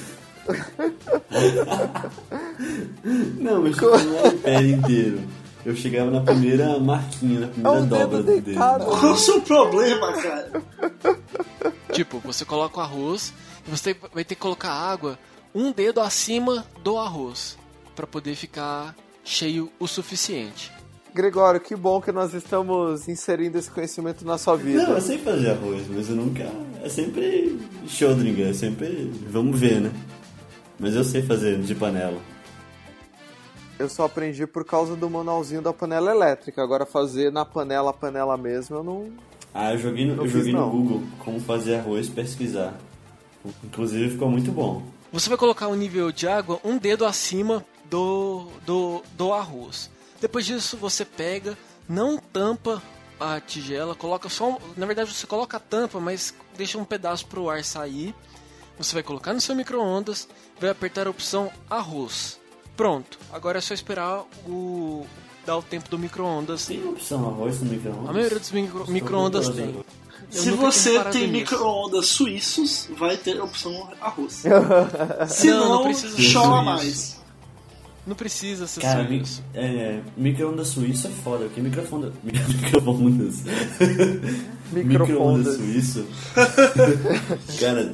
Não, mas tipo, não era em pé inteiro. Eu chegava na primeira marquinha, na primeira dobra do dedo. Qual é o seu problema, cara? Tipo, você coloca o arroz e você vai ter que colocar água um dedo acima do arroz para poder ficar cheio o suficiente. Gregório, que bom que nós estamos inserindo esse conhecimento na sua vida. Não, eu sei fazer arroz, mas eu nunca... É sempre Schrödinger, é sempre... Vamos ver, né? Mas eu sei fazer de panela. Eu só aprendi por causa do manualzinho da panela elétrica. Agora fazer na panela mesmo, eu não... Ah, eu joguei no Google como fazer arroz e pesquisar. Inclusive ficou muito bom. Você vai colocar um nível de água um dedo acima do arroz. Depois disso você pega, não tampa a tigela, coloca só... Na verdade você coloca a tampa, mas deixa um pedaço para o ar sair. Você vai colocar no seu micro-ondas, vai apertar a opção arroz. Pronto, agora é só esperar dar o tempo do micro-ondas. Tem opção arroz no micro-ondas? A maioria dos micro-ondas tem. Eu Se nunca você tinha parado tem nisso. micro-ondas suíços, vai ter a opção arroz. Se Não não, precisa ser chola suíço. mais. Não precisa ser Cara, suíço. micro-ondas suíço é foda, porque micro-ondas. Micro-ondas Microfondas. suíço. Cara,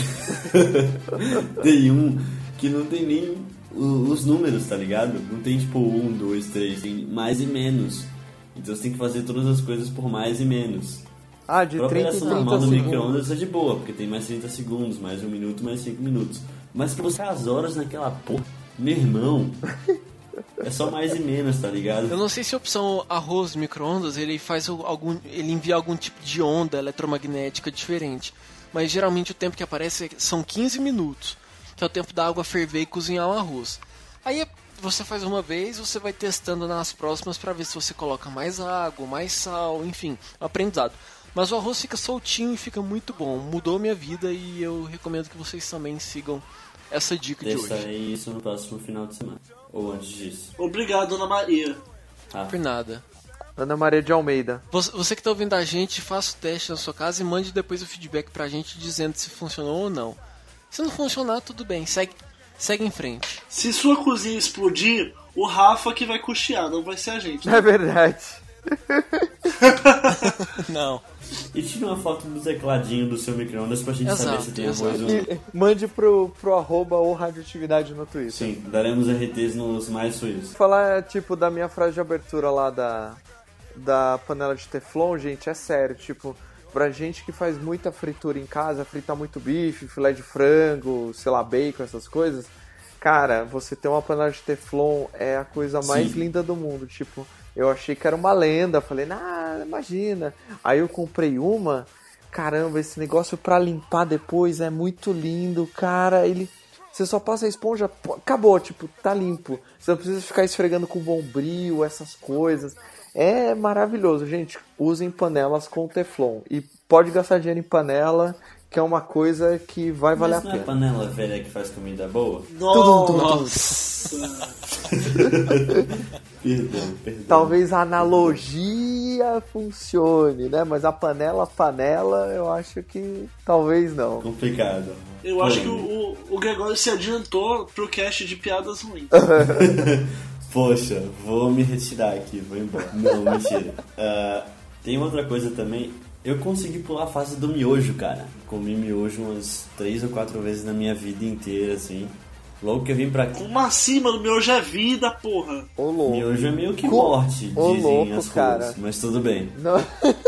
tem um que não tem nem os números, tá ligado? Não tem tipo 1, 2, 3, tem mais e menos. Então você tem que fazer todas as coisas por mais e menos. Ah, de Pra 30 em operação 30 normal no segundos. micro-ondas é de boa, porque tem mais 30 segundos, mais 1 minuto, mais 5 minutos. Mas pra você as horas naquela porra, meu irmão, é só mais e menos, tá ligado? Eu não sei se a opção arroz micro-ondas ele ele envia algum tipo de onda eletromagnética diferente. Mas geralmente o tempo que aparece são 15 minutos, que é o tempo da água ferver e cozinhar o arroz. Aí você faz uma vez, você vai testando nas próximas para ver se você coloca mais água, mais sal, enfim, é um aprendizado. Mas o arroz fica soltinho e fica muito bom. Mudou minha vida e eu recomendo que vocês também sigam essa dica de hoje. Testarei isso no próximo final de semana. Ou antes disso. Obrigado, Ana Maria. Por nada. Ana Maria de Almeida. Você que está ouvindo a gente, faça o teste na sua casa e mande depois o feedback pra gente dizendo se funcionou ou não. Se não funcionar, tudo bem, segue em frente. Se sua cozinha explodir, o Rafa que vai custear, não vai ser a gente. É verdade. Não. E tira uma foto do tecladinho do seu micro-ondas pra gente saber se tem arroz ou não. E mande pro arroba ou radioatividade no Twitter. Sim, daremos RTs nos mais suíços. Falar, tipo, da minha frase de abertura lá da panela de Teflon, gente, é sério, tipo, pra gente que faz muita fritura em casa, frita muito bife, filé de frango, sei lá, bacon, essas coisas, cara, você ter uma panela de Teflon é a coisa mais linda do mundo, tipo, eu achei que era uma lenda, falei, imagina, aí eu comprei uma, caramba, esse negócio pra limpar depois é muito lindo, cara, você só passa a esponja, acabou, tipo, tá limpo, você não precisa ficar esfregando com bombril, essas coisas. É maravilhoso, gente. Usem panelas com Teflon. E pode gastar dinheiro em panela, que é uma coisa que vai valer Mas a não é pena. panela velha que faz comida boa? Nossa! Perdão. Talvez a analogia funcione, né? Mas a panela, eu acho que talvez não. Complicado. Eu acho que o Gregório se adiantou pro cast de piadas ruins. Poxa, vou me retirar aqui, vou embora. Não, mentira. Tem outra coisa também. Eu consegui pular a fase do miojo, cara. Comi miojo umas 3 ou 4 vezes na minha vida inteira, assim. Logo que eu vim pra cá. Como assim, mano? Miojo é vida, porra. Ô, louco. Miojo é meio que morte, Ô, dizem louco, as cara. coisas. Mas tudo bem. Não.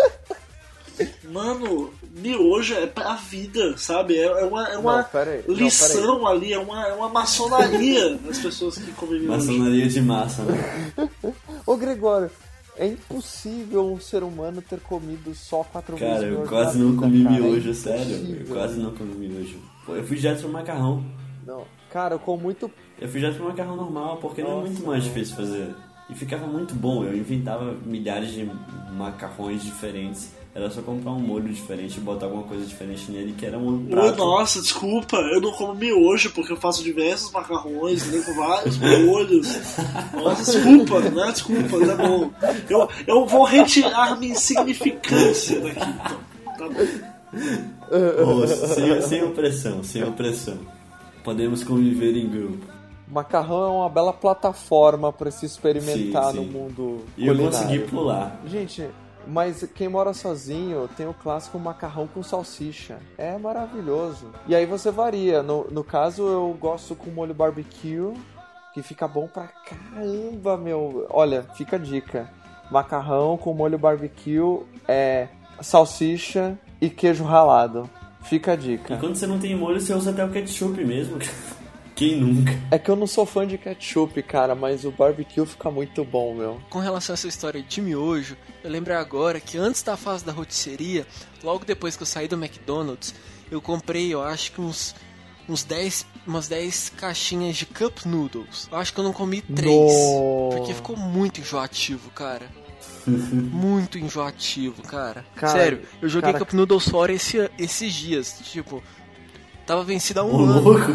Mano, miojo é pra vida, sabe? É uma Não, pera aí. Não, lição ali, é uma maçonaria as pessoas que comem miojo. Maçonaria de massa, né? Ô, Gregório, é impossível um ser humano ter comido só 4 vezes Cara, eu miojo quase na não vida, comi cara. É miojo, sério. Eu impossível. quase não comi miojo. Pô, eu fui direto pro macarrão. Não. Cara, eu como muito... Eu fui direto pro macarrão normal, porque não é Nossa, muito mais não. difícil fazer. E ficava muito bom. Eu inventava milhares de macarrões diferentes. Era só comprar um molho diferente e botar alguma coisa diferente nele, que era um prato. Nossa, desculpa, eu não como miojo porque eu faço diversos macarrões, né, com vários molhos. Nossa, desculpa, né? Desculpa, tá bom. Eu vou retirar minha insignificância daqui, então. Tá bom. Ô, sem opressão, sem opressão. Podemos conviver em grupo. Macarrão é uma bela plataforma para se experimentar Sim, sim. no mundo E eu culinário. consegui pular. Gente, mas quem mora sozinho tem o clássico macarrão com salsicha. É maravilhoso. E aí você varia. No caso, eu gosto com molho barbecue, que fica bom pra caramba, meu. Olha, fica a dica. Macarrão com molho barbecue é salsicha e queijo ralado. Fica a dica. E quando você não tem molho, você usa até o ketchup mesmo. Quem nunca? É que eu não sou fã de ketchup, cara, mas o barbecue fica muito bom, meu. Com relação a essa história de miojo, eu lembro agora que antes da fase da rotisserie, logo depois que eu saí do McDonald's, eu comprei, eu acho que umas 10 caixinhas de Cup Noodles. Eu acho que eu não comi 3, Nossa. porque ficou muito enjoativo, cara. Muito enjoativo, cara. Cara, Sério, eu joguei cara- Cup Noodles fora esses dias, tipo... Tava vencida há Ô, um ano. louco!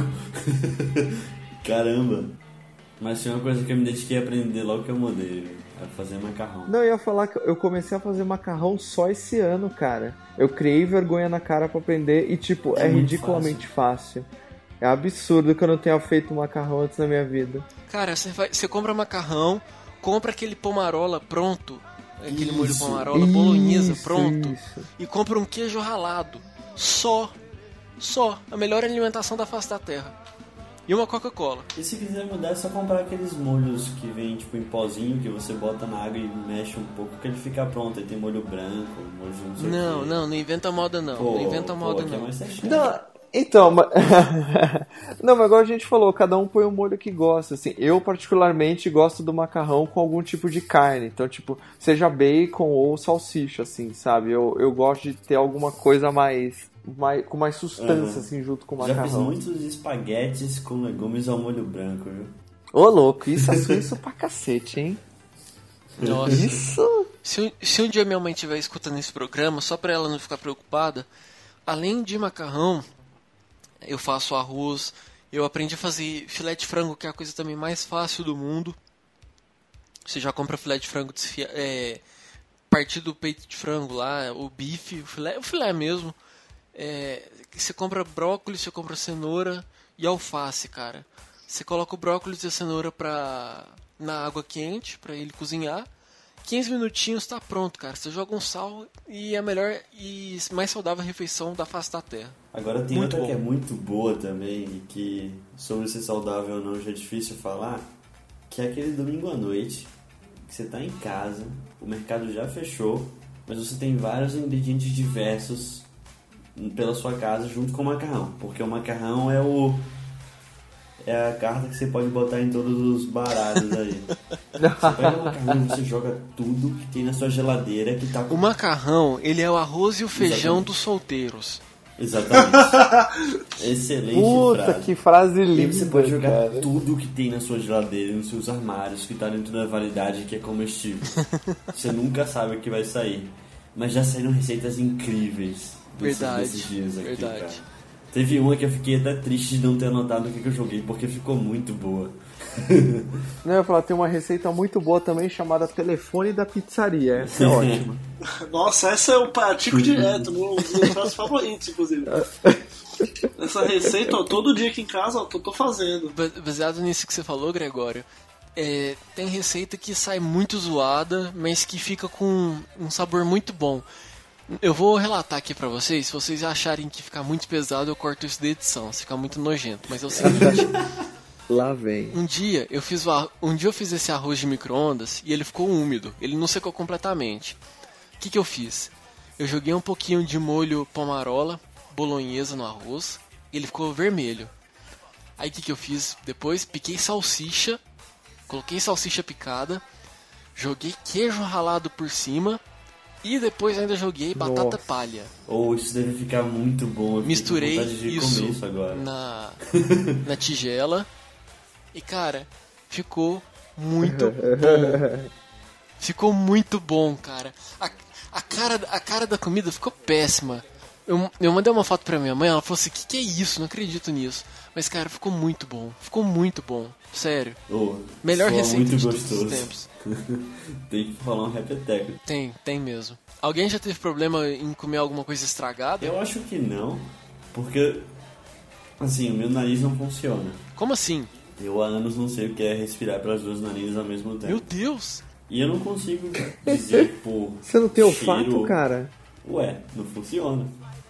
Caramba! Mas foi uma coisa que eu me dediquei a aprender logo que eu mudei, viu? A fazer macarrão. Não, eu ia falar que eu comecei a fazer macarrão só esse ano, cara. Eu criei vergonha na cara pra aprender e, tipo, é muito ridiculamente fácil. É absurdo que eu não tenha feito macarrão antes na minha vida. Cara, você compra macarrão, compra aquele pomarola pronto, aquele molho Isso, pomarola bolonhesa Isso, pronto, isso. e compra um queijo ralado. Só a melhor alimentação da face da terra. E uma Coca-Cola. E se quiser mudar, é só comprar aqueles molhos que vem tipo em pozinho, que você bota na água e mexe um pouco, que ele fica pronto. Aí tem molho branco, molho de não sei o quê. Não inventa moda não. Pô, Não inventa moda aqui é não. mais certinho. Não, então, não, mas igual a gente falou, cada um põe o molho que gosta, assim. Eu particularmente gosto do macarrão com algum tipo de carne, então tipo, seja bacon ou salsicha, assim, sabe? Eu gosto de ter alguma coisa com mais sustância, assim, junto com o Já fiz macarrão. muitos espaguetes com legumes ao molho branco, viu? Ô, louco, isso pra cacete, hein? Nossa. Isso... Se um dia minha mãe estiver escutando esse programa, só pra ela não ficar preocupada, além de macarrão, eu faço arroz, eu aprendi a fazer filé de frango, que é a coisa também mais fácil do mundo. Você já compra filé de frango partido do peito de frango lá, o bife, o filé mesmo. Você compra brócolis, você compra cenoura e alface, cara. Você coloca o brócolis e a cenoura na água quente pra ele cozinhar. 15 minutinhos tá pronto, cara. Você joga um sal e é a melhor e mais saudável refeição da face da terra. Agora tem Muito outra bom. que é muito boa também, e que sobre ser saudável ou não já é difícil falar, que é aquele domingo à noite, que você tá em casa, o mercado já fechou, mas você tem vários ingredientes diversos pela sua casa junto com o macarrão, porque o macarrão é a carta que você pode botar em todos os baralhos aí. Você pega o macarrão e você joga tudo que tem na sua geladeira que tá O macarrão, ele é o arroz e o feijão Exatamente. dos solteiros. Exatamente. Excelente Puta, frase. que frase E aí linda, você pode jogar cara. tudo que tem na sua geladeira, nos seus armários, que tá dentro da validade, que é comestível. Você nunca sabe o que vai sair. Mas já saíram receitas incríveis desses dias aqui, verdade. cara. Teve uma que eu fiquei até triste de não ter anotado o que eu joguei, porque ficou muito boa. Não, eu ia falar, tem uma receita muito boa também chamada Telefone da Pizzaria. Essa é ótima. Nossa, essa é o pratico direto, um dos meus pratos favoritos, inclusive. Essa receita, ó, todo dia aqui em casa, ó, tô fazendo. Baseado nisso que você falou, Gregório, tem receita que sai muito zoada, mas que fica com um sabor muito bom. Eu vou relatar aqui pra vocês, se vocês acharem que ficar muito pesado, eu corto isso da edição, se ficar muito nojento. Mas é o seguinte, Lá vem. um dia eu fiz esse arroz de micro-ondas e ele ficou úmido, ele não secou completamente. O que eu fiz? Eu joguei um pouquinho de molho pomarola, bolonhesa no arroz, e ele ficou vermelho. Aí o que eu fiz? Depois piquei salsicha, coloquei salsicha picada, joguei queijo ralado por cima e depois ainda joguei batata Nossa. palha. Ou isso deve ficar muito bom. Eu fiquei com Misturei vontade de isso comer isso agora. na tigela e, cara, ficou muito bom. Ficou muito bom, cara. A cara da comida ficou péssima. Eu mandei uma foto pra minha mãe, ela falou assim, que é isso? Não acredito nisso. Mas, cara, ficou muito bom. Ficou muito bom. Sério. Oh, Melhor soa receita muito de todos os gostoso. tempos. Tem que falar um repeteco. Tem mesmo. Alguém já teve problema em comer alguma coisa estragada? Eu acho que não, porque, assim, o meu nariz não funciona. Como assim? Eu há anos não sei o que é respirar pelas duas narinas ao mesmo tempo. Meu Deus! E eu não consigo dizer por Você não tem cheiro... olfato, cara? Ué, não funciona.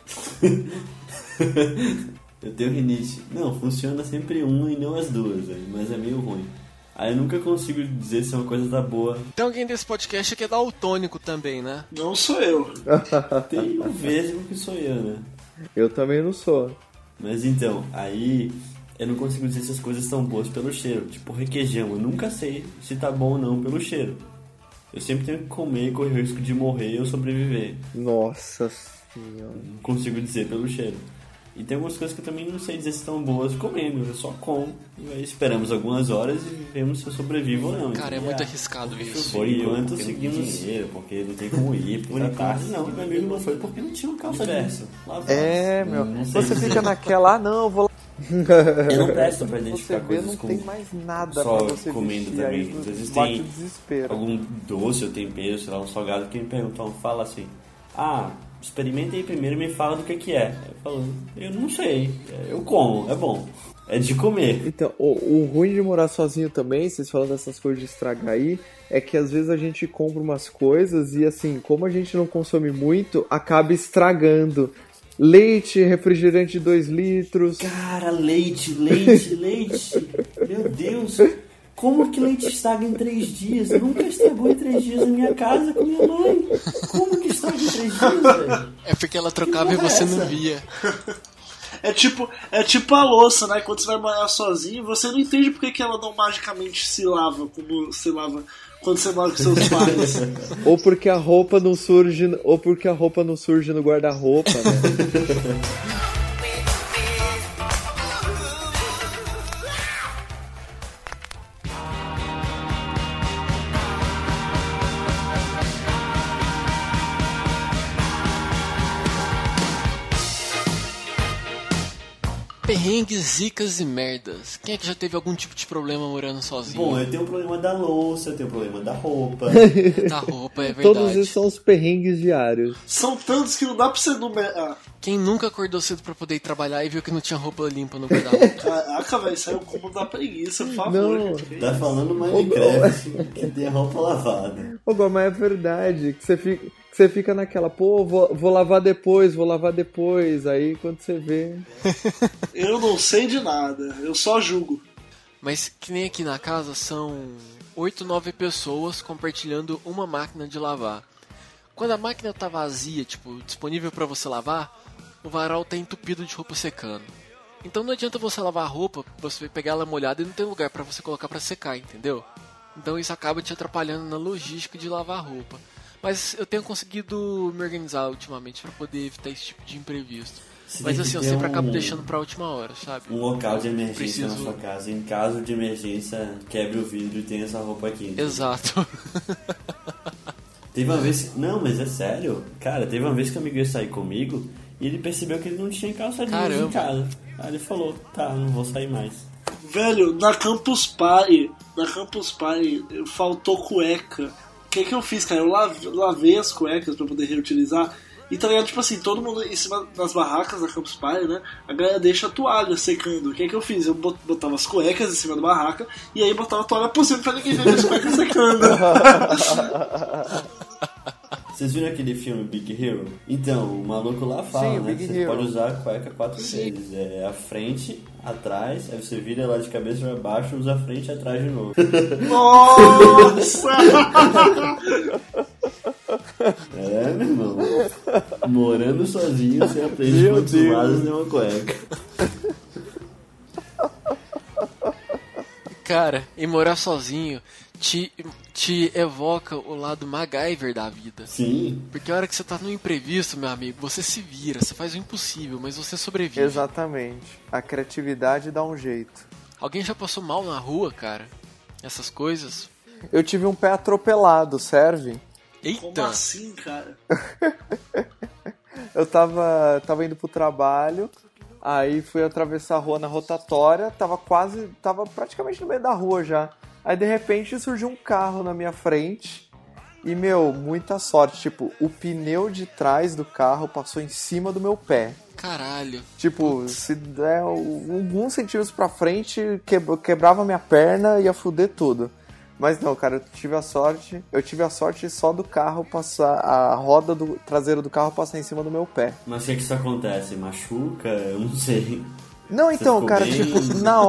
Eu tenho rinite. Não, funciona sempre uma e não as duas, velho, mas é meio ruim. Aí eu nunca consigo dizer se uma coisa tá boa. Tem alguém desse podcast que é daltônico também, né? Não sou eu. Tem o vesgo que sou eu, né? Eu também não sou. Mas então, aí eu não consigo dizer se as coisas estão boas pelo cheiro. Tipo requeijão, eu nunca sei se tá bom ou não pelo cheiro. Eu sempre tenho que comer e correr o risco de morrer ou sobreviver. Nossa senhora. Não consigo dizer pelo cheiro. E tem algumas coisas que eu também não sei dizer se estão boas comendo, eu só como. E aí esperamos algumas horas e vemos se eu sobrevivo ou não. Cara, é Então, muito arriscado isso. Por enquanto porque seguimos. não tem dinheiro, porque não tem como ir. Por enquanto não, meu amigo não foi porque não tinha uma calça jeans. Meu. Não sei Você dizer. fica naquela, não, eu vou lá. Eu não presto pra Você identificar vê, coisas não com tem mais nada só pra você comendo vestir, também. aí Às vezes bate tem o desespero. algum doce ou tempero, sei lá, um salgado que me perguntam, fala assim, experimenta aí primeiro e me fala do que é. Eu falo, eu não sei, eu como, é bom, é de comer. Então, o ruim de morar sozinho também, vocês falando dessas coisas de estragar aí, é que às vezes a gente compra umas coisas e assim, como a gente não consome muito, acaba estragando. Leite, refrigerante de 2 litros. Cara, leite. Meu Deus, como que leite estraga em 3 dias? Nunca estragou em 3 dias na minha casa com minha mãe. Como que estraga em 3 dias, velho? É porque ela trocava e você não via. É tipo a louça, né? Quando você vai morar sozinho, você não entende porque que ela não magicamente se lava como se lava quando você mora com seus pais. Ou porque a roupa não surge no guarda-roupa, né? Perrengues, zicas e merdas. Quem é que já teve algum tipo de problema morando sozinho? Bom, eu tenho o problema da louça, eu tenho o problema da roupa. Da roupa, é verdade. Todos esses são os perrengues diários. São tantos que não dá pra você numerar. Quem nunca acordou cedo pra poder ir trabalhar e viu que não tinha roupa limpa no guarda-roupa? Caraca, velho, isso aí é o cúmulo da preguiça, por favor. Não. gente. Tá falando Minecraft que tem a roupa lavada. Ô, mas é verdade, que você fica naquela, pô, vou lavar depois, aí quando você vê... Eu não sei de nada, eu só julgo. Mas que nem aqui na casa são 8, 9 pessoas compartilhando uma máquina de lavar. Quando a máquina tá vazia, tipo, disponível pra você lavar, o varal tá entupido de roupa secando. Então não adianta você lavar a roupa, você vai pegar ela molhada e não tem lugar pra você colocar pra secar, entendeu? Então isso acaba te atrapalhando na logística de lavar a roupa. Mas eu tenho conseguido me organizar ultimamente pra poder evitar esse tipo de imprevisto. Mas assim, eu sempre acabo deixando pra última hora, sabe? Um local de emergência Preciso... na sua casa. Em caso de emergência, quebre o vidro e tem essa roupa aqui. Exato. Teve uma vez... Não, mas é sério. Cara, teve uma vez que o amigo ia sair comigo e ele percebeu que ele não tinha calça jeans em casa. Aí ele falou, tá, não vou sair mais. Velho, na Campus Party faltou cueca. O que eu fiz, cara? Eu lavei as cuecas pra poder reutilizar. E tá ligado, tipo assim, todo mundo em cima das barracas da Campus Party, né? A galera deixa a toalha secando. O que eu fiz? Eu botava as cuecas em cima da barraca e aí botava a toalha por cima pra ninguém ver as cuecas secando. Vocês viram aquele filme Big Hero? Então, o maluco lá fala, Sim, né? Big Você Hero. pode usar a cueca 4 vezes. É a frente, atrás, aí você vira ela de cabeça pra baixo, usa a frente e atrás de novo. Nossa! É, meu irmão. Morando sozinho, você aprende quantos lados tem uma cueca. Cara, e morar sozinho te evoca o lado MacGyver da vida. Sim. Porque a hora que você tá no imprevisto, meu amigo, você se vira, você faz o impossível, mas você sobrevive. Exatamente. A criatividade dá um jeito. Alguém já passou mal na rua, cara? Essas coisas? Eu tive um pé atropelado, serve? Eita! Como assim, cara? Eu tava indo pro trabalho, aí fui atravessar a rua na rotatória, tava praticamente no meio da rua já. Aí de repente surgiu um carro na minha frente e, muita sorte, tipo, o pneu de trás do carro passou em cima do meu pé. Caralho. Tipo, se der alguns centímetros pra frente, quebrava minha perna e ia fuder tudo. Mas não, cara, eu tive a sorte só do carro passar, a roda traseira do carro passar em cima do meu pé. Mas o que isso acontece? Machuca? Eu não sei. Não, então, ficou cara, bem? tipo,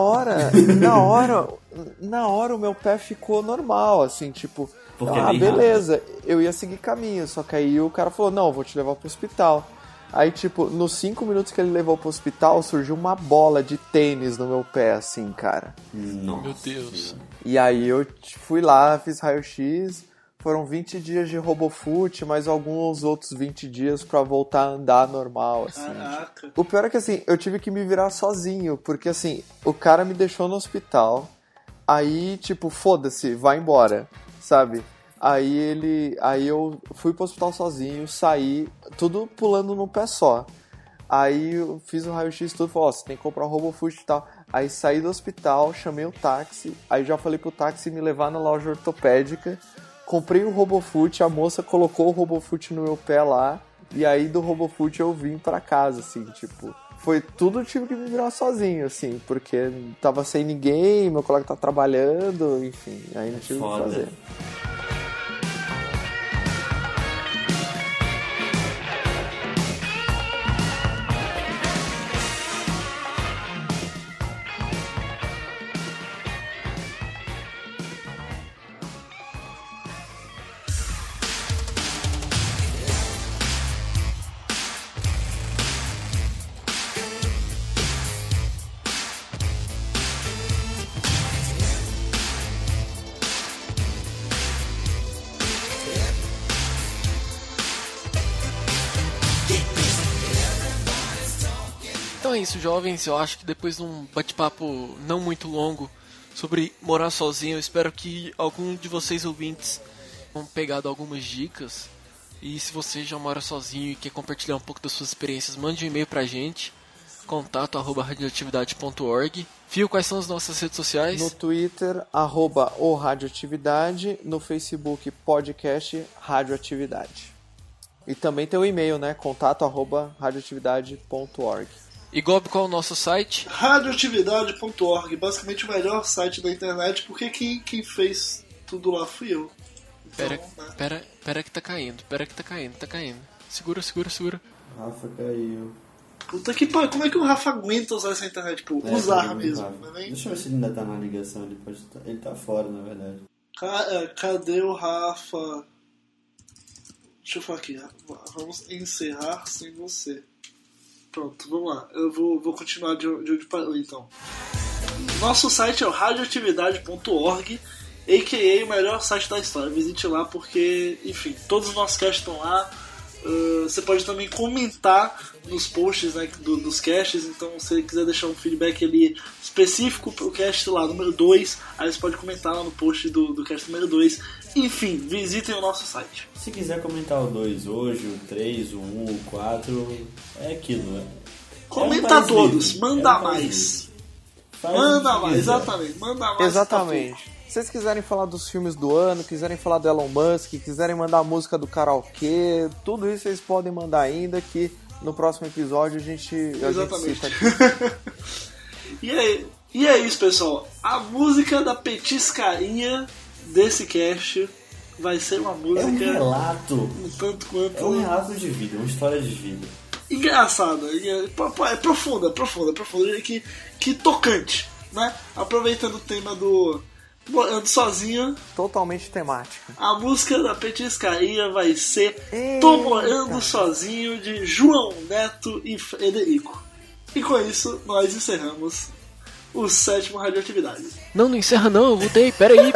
na hora o meu pé ficou normal, assim, tipo, Porque é bem beleza, eu ia seguir caminho, só que aí o cara falou, não, eu vou te levar pro hospital. Aí, tipo, nos 5 minutos que ele levou pro hospital, surgiu uma bola de tênis no meu pé, assim, cara. Nossa. Meu Deus. E aí eu fui lá, fiz raio-x, Foram 20 dias de RoboFoot, mais alguns outros 20 dias pra voltar a andar normal, assim. Caraca. O pior é que, assim, eu tive que me virar sozinho, porque, assim, o cara me deixou no hospital, aí, tipo, foda-se, vai embora, sabe? Aí eu fui pro hospital sozinho, saí, tudo pulando num pé só. Aí eu fiz o raio-x e tudo, falou, você tem que comprar um RoboFoot e tal. Aí saí do hospital, chamei o táxi, aí já falei pro táxi me levar na loja ortopédica, comprei o RoboFoot, a moça colocou o RoboFoot no meu pé lá, e aí do RoboFoot eu vim pra casa, assim, tipo... Foi tudo, tive que me virar sozinho, assim, porque tava sem ninguém, meu colega tá trabalhando, enfim, aí não tive o que fazer. Então é isso, jovens. Eu acho que depois de um bate-papo não muito longo sobre morar sozinho, eu espero que algum de vocês ouvintes tenham pegado algumas dicas. E se você já mora sozinho e quer compartilhar um pouco das suas experiências, mande um e-mail pra gente, contato@radioatividade.org. Fio, quais são as nossas redes sociais? No Twitter, @o Radioatividade, no Facebook, podcast Radioatividade. E também tem o e-mail, né? contato@radioatividade.org. E Gob, qual é o nosso site? Radioatividade.org, basicamente o melhor site da internet, porque quem fez tudo lá fui eu. Então, Pera que tá caindo. Tá caindo. Segura. Rafa caiu. Puta que pariu, como é que o Rafa aguenta usar essa internet? Tipo, usar mesmo. Rafa. Não é nem... Deixa eu ver se ele ainda tá na ligação, ele tá fora, na verdade. Cadê o Rafa? Deixa eu falar aqui, vamos encerrar sem você. Pronto, vamos lá. Eu vou continuar de onde parou, então. Nosso site é o radioatividade.org, a.k.a. o melhor site da história. Visite lá porque, enfim, todos os nossos casts estão lá. Você pode também comentar nos posts, né, dos casts. Então, se você quiser deixar um feedback ali específico pro cast lá, número 2, aí você pode comentar lá no post do cast número 2. Enfim, visitem o nosso site. Se quiser comentar o 2 hoje, o 3, o 1, o 4, é aquilo, né? Comenta todos, manda mais. Manda mais, exatamente. Manda mais. Exatamente. Se vocês quiserem falar dos filmes do ano, quiserem falar do Elon Musk, quiserem mandar a música do karaokê, tudo isso vocês podem mandar ainda, que no próximo episódio a gente cita aqui. E é isso, pessoal. A música da petiscaria desse cast vai ser uma música... É um relato. Um tanto quanto... É um relato de vida, uma história de vida. Engraçada. É profunda. Que tocante, né? Aproveitando o tema do... Morando sozinho. Totalmente temática. A música da petiscaria vai ser Tô Morando Sozinho, de João Neto e Frederico. E com isso, nós encerramos o 7º Radioatividade. Não encerra não, eu voltei. Peraí.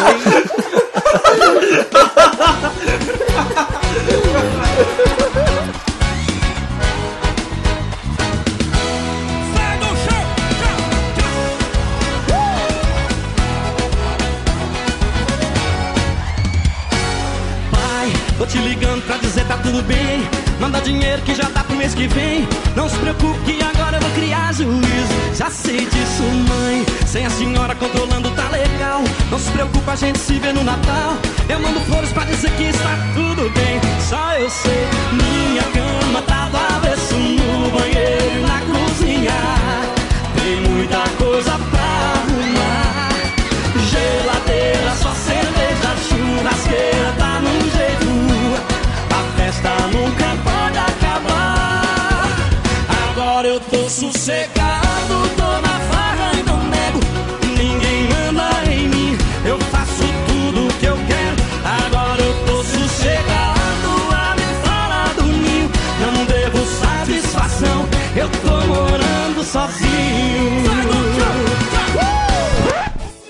Tô te ligando pra dizer tá tudo bem. Manda dinheiro que já dá pro mês que vem. Não se preocupe que agora eu vou criar juízo. Já sei disso, mãe. Sem a senhora controlando tá legal. Não se preocupe, a gente se vê no Natal. Eu mando flores pra dizer que está tudo bem. Só eu sei, minha cama tá do avesso, no banheiro e na cozinha. Tem muita coisa pra arrumar. Geladeira, só cerveja, churrasqueira tá no jeito. A festa nunca pode acabar. Agora eu tô sossegado, tô na farra e não nego. Ninguém manda em mim, eu faço tudo o que eu quero. Agora eu tô sossegado, a me falar do ninho. Não devo satisfação, eu tô morando sozinho.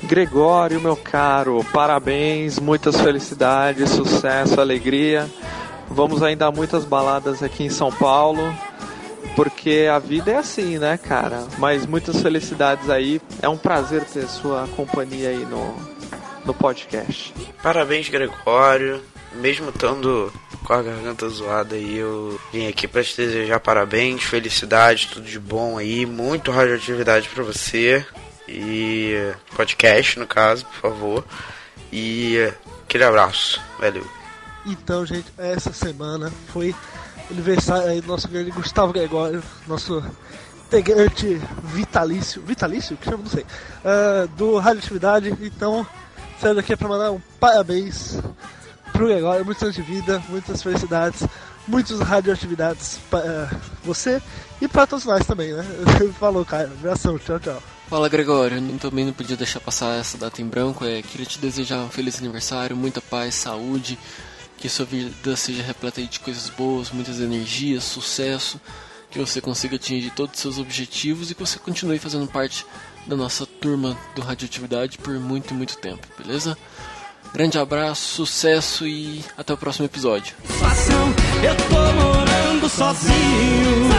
Gregório, meu caro, parabéns, muitas felicidades, sucesso, alegria. Vamos ainda a muitas baladas aqui em São Paulo, porque a vida é assim, né, cara? Mas muitas felicidades aí. É um prazer ter sua companhia aí no podcast. Parabéns, Gregório. Mesmo estando com a garganta zoada aí, eu vim aqui pra te desejar parabéns, felicidade, tudo de bom aí, muito radioatividade pra você. E podcast, no caso, por favor. E aquele abraço. Valeu. Então, gente, essa semana foi aniversário aí do nosso grande Gustavo Gregório, nosso integrante vitalício, que chama? Não sei, do Radioatividade. Então, saio daqui pra mandar um parabéns pro Gregório, muitos anos de vida, muitas felicidades, muitas radioatividades para você e para todos nós também, né? Falou, cara, abração, tchau, tchau. Fala, Gregório, eu também não podia deixar passar essa data em branco. Queria te desejar um feliz aniversário, muita paz, saúde, que sua vida seja repleta de coisas boas, muitas energias, sucesso, que você consiga atingir todos os seus objetivos e que você continue fazendo parte da nossa turma do Radioatividade por muito e muito tempo, beleza? Grande abraço, sucesso e até o próximo episódio. Eu tô morando sozinho.